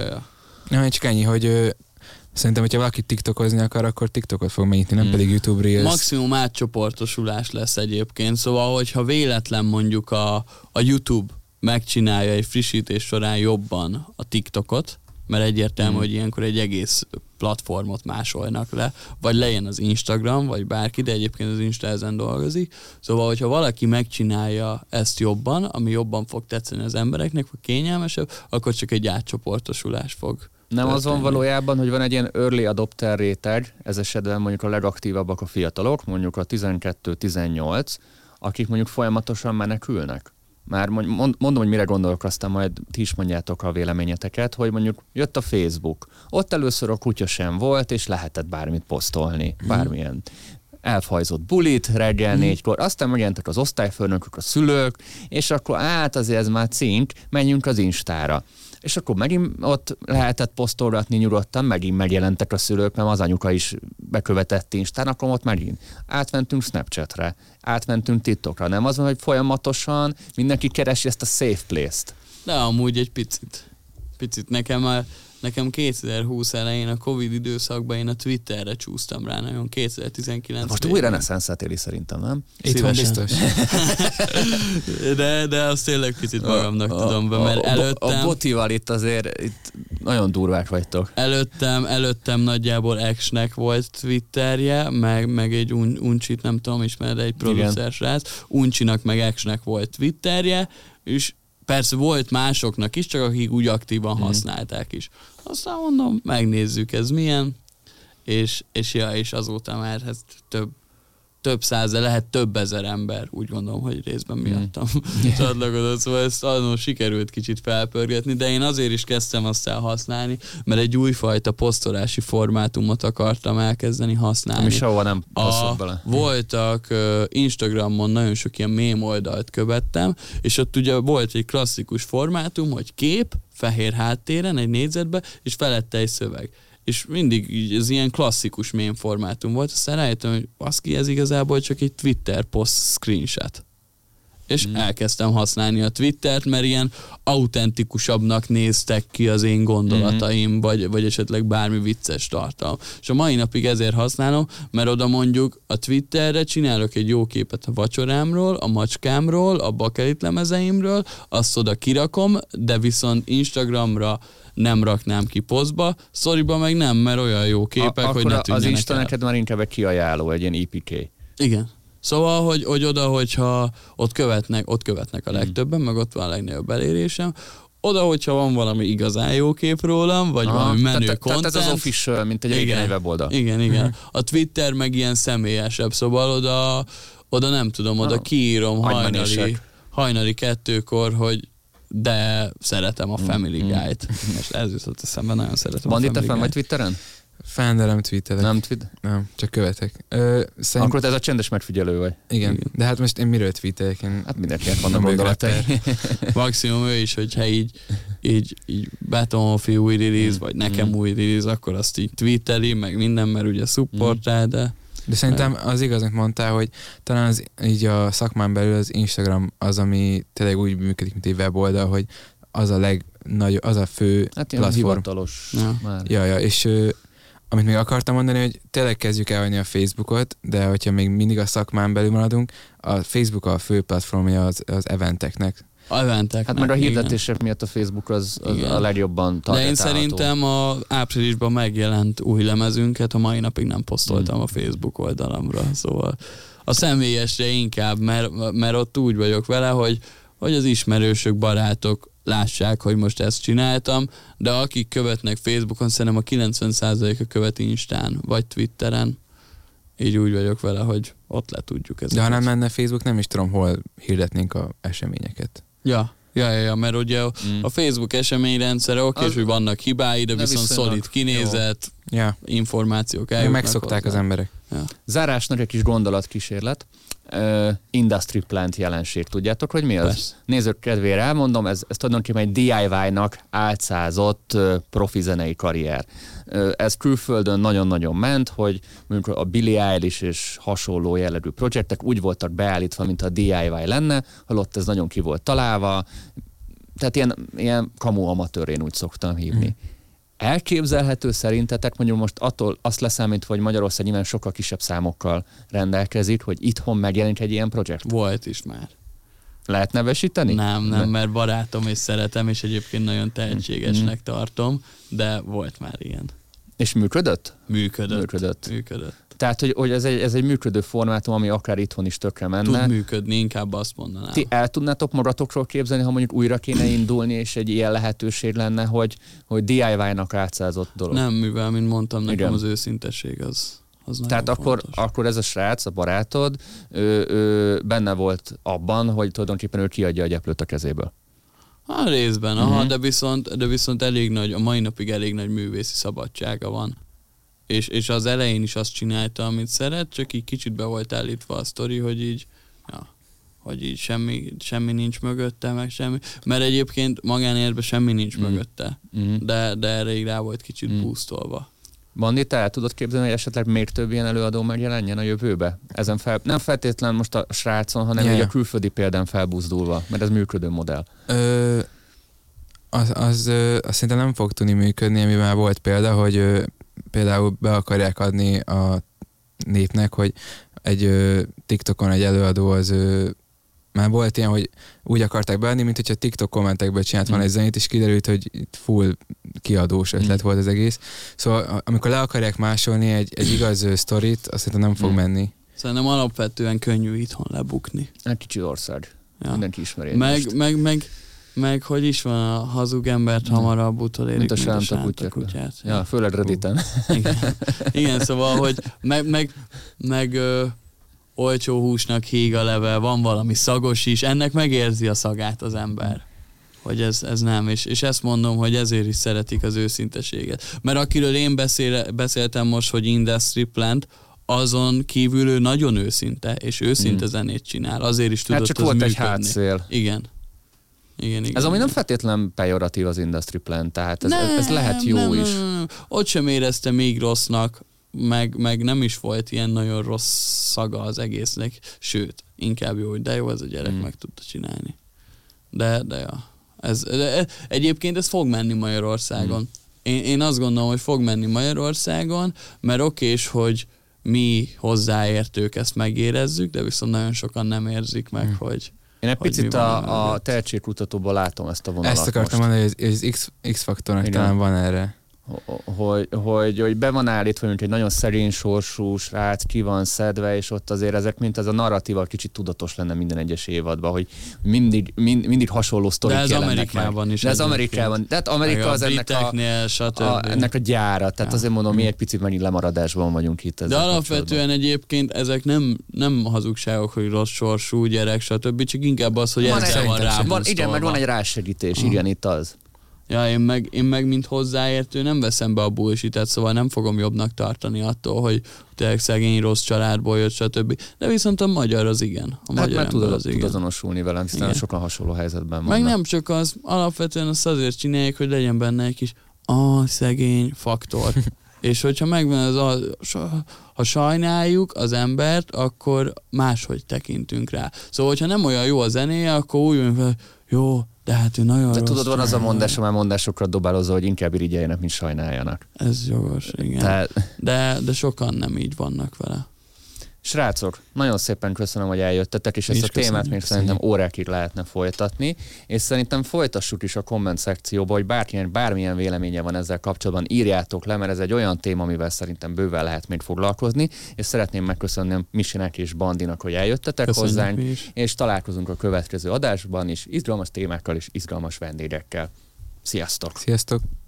S3: Ja, csak ennyi, hogy szerintem, hogyha valaki TikTokozni akar, akkor TikTokot fog megnyitni, nem pedig YouTube Reels.
S2: Maximum átcsoportosulás lesz egyébként, szóval, hogyha véletlen mondjuk a YouTube megcsinálja egy frissítés során jobban a TikTokot, mert egyértelmű, hogy ilyenkor egy egész platformot másolnak le, vagy legyen az Instagram, vagy bárki, de egyébként az Insta ezen dolgozik. Szóval, hogyha valaki megcsinálja ezt jobban, ami jobban fog tetszeni az embereknek, vagy kényelmesebb, akkor csak egy átcsoportosulás fog.
S1: Nem az van valójában, hogy van egy ilyen early adopter réteg, ez esetben mondjuk a legaktívabbak a fiatalok, mondjuk a 12-18, akik mondjuk folyamatosan menekülnek. Már mondom, hogy mire gondolok, aztán majd ti is mondjátok a véleményeteket, hogy mondjuk jött a Facebook. Ott először a kutya sem volt, és lehetett bármit posztolni, bármilyen elfajzott bulit reggel 4-kor, aztán megjelentek az osztályfőnökök, a szülők, és akkor azért ez már cink, menjünk az Instára. És akkor megint ott lehetett posztolgatni nyugodtan, megint megjelentek a szülők, mert az anyuka is bekövetett Instán, akkor ott megint átmentünk Snapchatre, átmentünk TikTokra. Nem az van, hogy folyamatosan mindenki keresi ezt a safe place-t.
S2: De amúgy egy picit nekem 2020 elején a Covid időszakban én a Twitterre csúsztam rá nagyon 2019.
S1: Most új reneszánszát éli szerintem, nem?
S3: Itthon biztos.
S2: de azt tényleg picit magamnak tudom be, mert előttem...
S1: A botival itt azért nagyon durvák vagytok.
S2: Előttem nagyjából X-nek volt Twitterje, meg egy Uncsit, nem tudom, ismered, egy producer srác. Uncsinak meg X-nek volt Twitterje, és persze volt másoknak is, csak akik úgy aktívan használták is. Aztán mondom, megnézzük ez milyen, és azóta már ez több száz, de lehet több ezer ember, úgy gondolom, hogy részben miattam csatlakozott, szóval ezt annól sikerült kicsit felpörgetni, de én azért is kezdtem azt használni, mert egy újfajta posztolási formátumot akartam elkezdeni használni.
S1: Ami sehova nem passzott bele.
S2: Voltak Instagramon nagyon sok ilyen meme oldalt követtem, és ott ugye volt egy klasszikus formátum, hogy kép, fehér háttéren, egy négyzetbe, és felette egy szöveg. És mindig így, ez ilyen klasszikus meme formátum volt, aztán rájöttem, hogy baszki, ez igazából csak egy Twitter post screenshot. és elkezdtem használni a Twittert, mert ilyen autentikusabbnak néztek ki az én gondolataim, vagy esetleg bármi vicces tartalom. És a mai napig ezért használom, mert oda mondjuk a Twitterre csinálok egy jó képet a vacsorámról, a macskámról, a bakelit lemezeimről, azt oda kirakom, de viszont Instagramra nem raknám ki posztba, sztoriba meg nem, mert olyan jó képek, hogy ne tűnjenek
S1: az Insta
S2: el.
S1: neked már inkább egy kiajánló, egy ilyen EPK.
S2: Igen. Szóval, hogy oda, hogyha ott követnek a legtöbben, meg ott van a legnagyobb elérésem, oda, hogyha van valami igazán jó kép rólam, vagy valami menő content.
S1: Tehát ez az official, mint egy weboldal.
S2: Igen. A Twitter meg ilyen személyesebb, szóval oda nem tudom, oda kiírom hajnali 2-kor, hogy de szeretem a Family Guy-t. Most ez jutott eszembe, nagyon szeretem
S1: Van
S2: a
S1: itt
S2: Family
S1: a
S2: Guy-t.
S1: vagy Twitteren?
S3: Fán, de nem tweetelek.
S1: Nem tweet?
S3: Nem, csak követek.
S1: Akkor te ez a csendes megfigyelő vagy.
S3: Igen, de hát most én miről tweetelek?
S1: Hát mindenkinek vannak gondolatai.
S2: Maximum ő is, hogyha így Battlefield új release, vagy nekem új release, akkor azt így tweeteli, meg minden, mert ugye supportál, de
S3: szerintem az igaz, amit mondtál, hogy talán így a szakmán belül az Instagram az, ami tényleg úgy működik, mint egy weboldal, hogy az az a fő
S1: hát ilyen
S3: platform.
S1: hivatalos már.
S3: Ja, és amit még akartam mondani, hogy tényleg kezdjük elhagyni a Facebookot, de hogyha még mindig a szakmán belül maradunk, a Facebook a fő platformja az eventeknek.
S1: Hát meg a hirdetések miatt a Facebook az a legjobban targetálható.
S2: De én szerintem áprilisban megjelent új lemezünket, a mai napig nem posztoltam a Facebook oldalamra, szóval a személyesre inkább, mert ott úgy vagyok vele, hogy az ismerősök, barátok lássák, hogy most ezt csináltam, de akik követnek Facebookon, szerintem a 90%-a követi Instán, vagy Twitteren. Így úgy vagyok vele, hogy ott le tudjuk ezeket.
S3: De ha nem menne Facebook, nem is tudom, hol hirdetnénk a eseményeket.
S2: Ja, mert ugye a Facebook eseményrendszere oké, hogy vannak hibái, de viszont szolid kinézet, információk eljutnak.
S3: Megszokták az emberek.
S2: Ja.
S1: Zárásnak egy kis gondolatkísérlet. Industry plant jelenség. Tudjátok, hogy mi az?
S2: Persze.
S1: Nézők kedvére elmondom, ez tulajdonképpen egy DIY-nak álcázott profi zenei karrier. Ez külföldön nagyon-nagyon ment, hogy mondjuk a Billie Eilish és hasonló jellegű projektek úgy voltak beállítva, mint a DIY lenne, holott ez nagyon ki volt találva. Tehát ilyen kamu amatőr, én úgy szoktam hívni. Elképzelhető szerintetek, mondjuk most attól azt leszámítva, hogy Magyarország nyilván sokkal kisebb számokkal rendelkezik, hogy itthon megjelenik egy ilyen projekt?
S2: Volt is már.
S1: Lehet nevesíteni?
S2: Nem, mert barátom és szeretem, és egyébként nagyon tehetségesnek tartom, de volt már ilyen.
S1: És működött?
S2: Működött.
S1: Tehát, hogy ez egy működő formátum, ami akár itthon is tökre menne.
S2: Tud működni, inkább azt mondanám.
S1: Ti el tudnátok magatokról képzelni, ha mondjuk újra kéne indulni, és egy ilyen lehetőség lenne, hogy DIY-nak átszázott dolog?
S2: Nem, mivel, mint mondtam, nekem az őszintesség az
S1: tehát akkor ez a srác, a barátod, ő benne volt abban, hogy tulajdonképpen ő kiadja a gyeplőt a kezéből.
S2: Részben, de viszont elég nagy, a mai napig elég nagy művészi szabadsága van. És az elején is azt csinálta, amit szeret, csak így kicsit be volt állítva a sztori, hogy így semmi nincs mögötte, meg semmi. Mert egyébként magánéletben semmi nincs mögötte. De erre így rá volt kicsit boostolva.
S1: Bandi, te el tudod képzelni, hogy esetleg még több ilyen előadó megjelenjen a jövőbe? Nem feltétlen most a srácon, hanem így a külföldi példán felbuzdulva, mert ez működő modell.
S3: Az szerintem nem fog tudni működni, ami már volt példa, hogy például be akarják adni a népnek, hogy egy TikTokon egy előadó az már volt ilyen, hogy úgy akarták beadni, mint hogyha TikTok kommentekből csinált volna egy zenét, és kiderült, hogy full kiadós ötlet volt az egész. Szóval amikor le akarják másolni egy igaz sztorit, azt szerintem nem fog menni.
S2: Szerintem alapvetően könnyű itthon lebukni.
S1: Egy kicsi ország. Mindenki ismeri.
S2: Meg hogy is van, a hazug embert hamarabb utolérik, mint a sánta kutyát.
S1: Ja, főleg Redditen.
S2: Igen, szóval, hogy meg olcsó húsnak híg a leve, van valami szagos is, ennek megérzi a szagát az ember. Hogy ez nem, és ezt mondom, hogy ezért is szeretik az őszinteséget. Mert akiről én beszéltem most, hogy Industry Plant, azon kívül ő nagyon őszinte, és őszinte zenét csinál. Azért is tudott
S1: csak
S2: az
S1: volt
S2: működni.
S1: Egy hátszél.
S2: Igen.
S1: Ez ami nem feltétlen pejoratív az Industry Plant, tehát ez lehet jó is.
S2: Nem. Ott sem érezte még rossznak, meg nem is volt ilyen nagyon rossz szaga az egésznek, sőt, inkább jó, hogy de jó, ez a gyerek meg tudta csinálni. De ja. Egyébként ez fog menni Magyarországon. Én azt gondolom, hogy fog menni Magyarországon, mert okés, hogy mi hozzáértők ezt megérezzük, de viszont nagyon sokan nem érzik meg, hogy...
S1: Én egy picit a tehetségkutatóban látom ezt a vonalat.
S3: Ezt akartam mondani, hogy az X-faktornak talán van erre.
S1: Hogy be van állítva, mint egy nagyon szerény sorsú srác, ki van szedve, és ott azért ezek, mint ez a narratíva kicsit tudatos lenne minden egyes évadban, hogy mindig hasonló sztorik jelennek meg.
S2: Is.
S1: De ez Amerikában. Tehát Amerika az ennek a gyára. Tehát azért mondom, mi egy picit megint lemaradásban vagyunk itt.
S2: De alapvetően egyébként ezek nem hazugságok, hogy rossz sorsú gyerek, stb. Csak inkább az, hogy ezzel van rábusztolva.
S1: Igen, mert van egy rásegítés, igen, itt az.
S2: Ja, én meg mint hozzáértő nem veszem be a bullshit-et, szóval nem fogom jobbnak tartani attól, hogy tényleg szegény, rossz családból jött, stb. De viszont a magyar az igen. A magyar
S1: mert tud azonosulni velem, hiszen sokan hasonló helyzetben vannak.
S2: Meg nem csak az, alapvetően azt azért csinálják, hogy legyen benne egy kis szegény faktor. És hogyha megvan ha sajnáljuk az embert, akkor máshogy tekintünk rá. Szóval, hogyha nem olyan jó a zenéje, akkor úgy mondjuk, jó, de hát ő nagyon rossz.
S1: Tudod, van az a mondás, már mondásokra dobálozza, hogy inkább irigyeljenek, mint sajnáljanak.
S2: Ez jogos, igen. De sokan nem így vannak vele.
S1: Srácok, nagyon szépen köszönöm, hogy eljöttetek, és ezt a témát még szerintem órákig lehetne folytatni, és szerintem folytassuk is a komment szekcióba, hogy bármilyen véleménye van ezzel kapcsolatban, írjátok le, mert ez egy olyan téma, amivel szerintem bőven lehet még foglalkozni, és szeretném megköszönni Misinek és Bandinak, hogy eljöttetek hozzánk, és találkozunk a következő adásban is, izgalmas témákkal és izgalmas vendégekkel. Sziasztok!
S3: Sziasztok!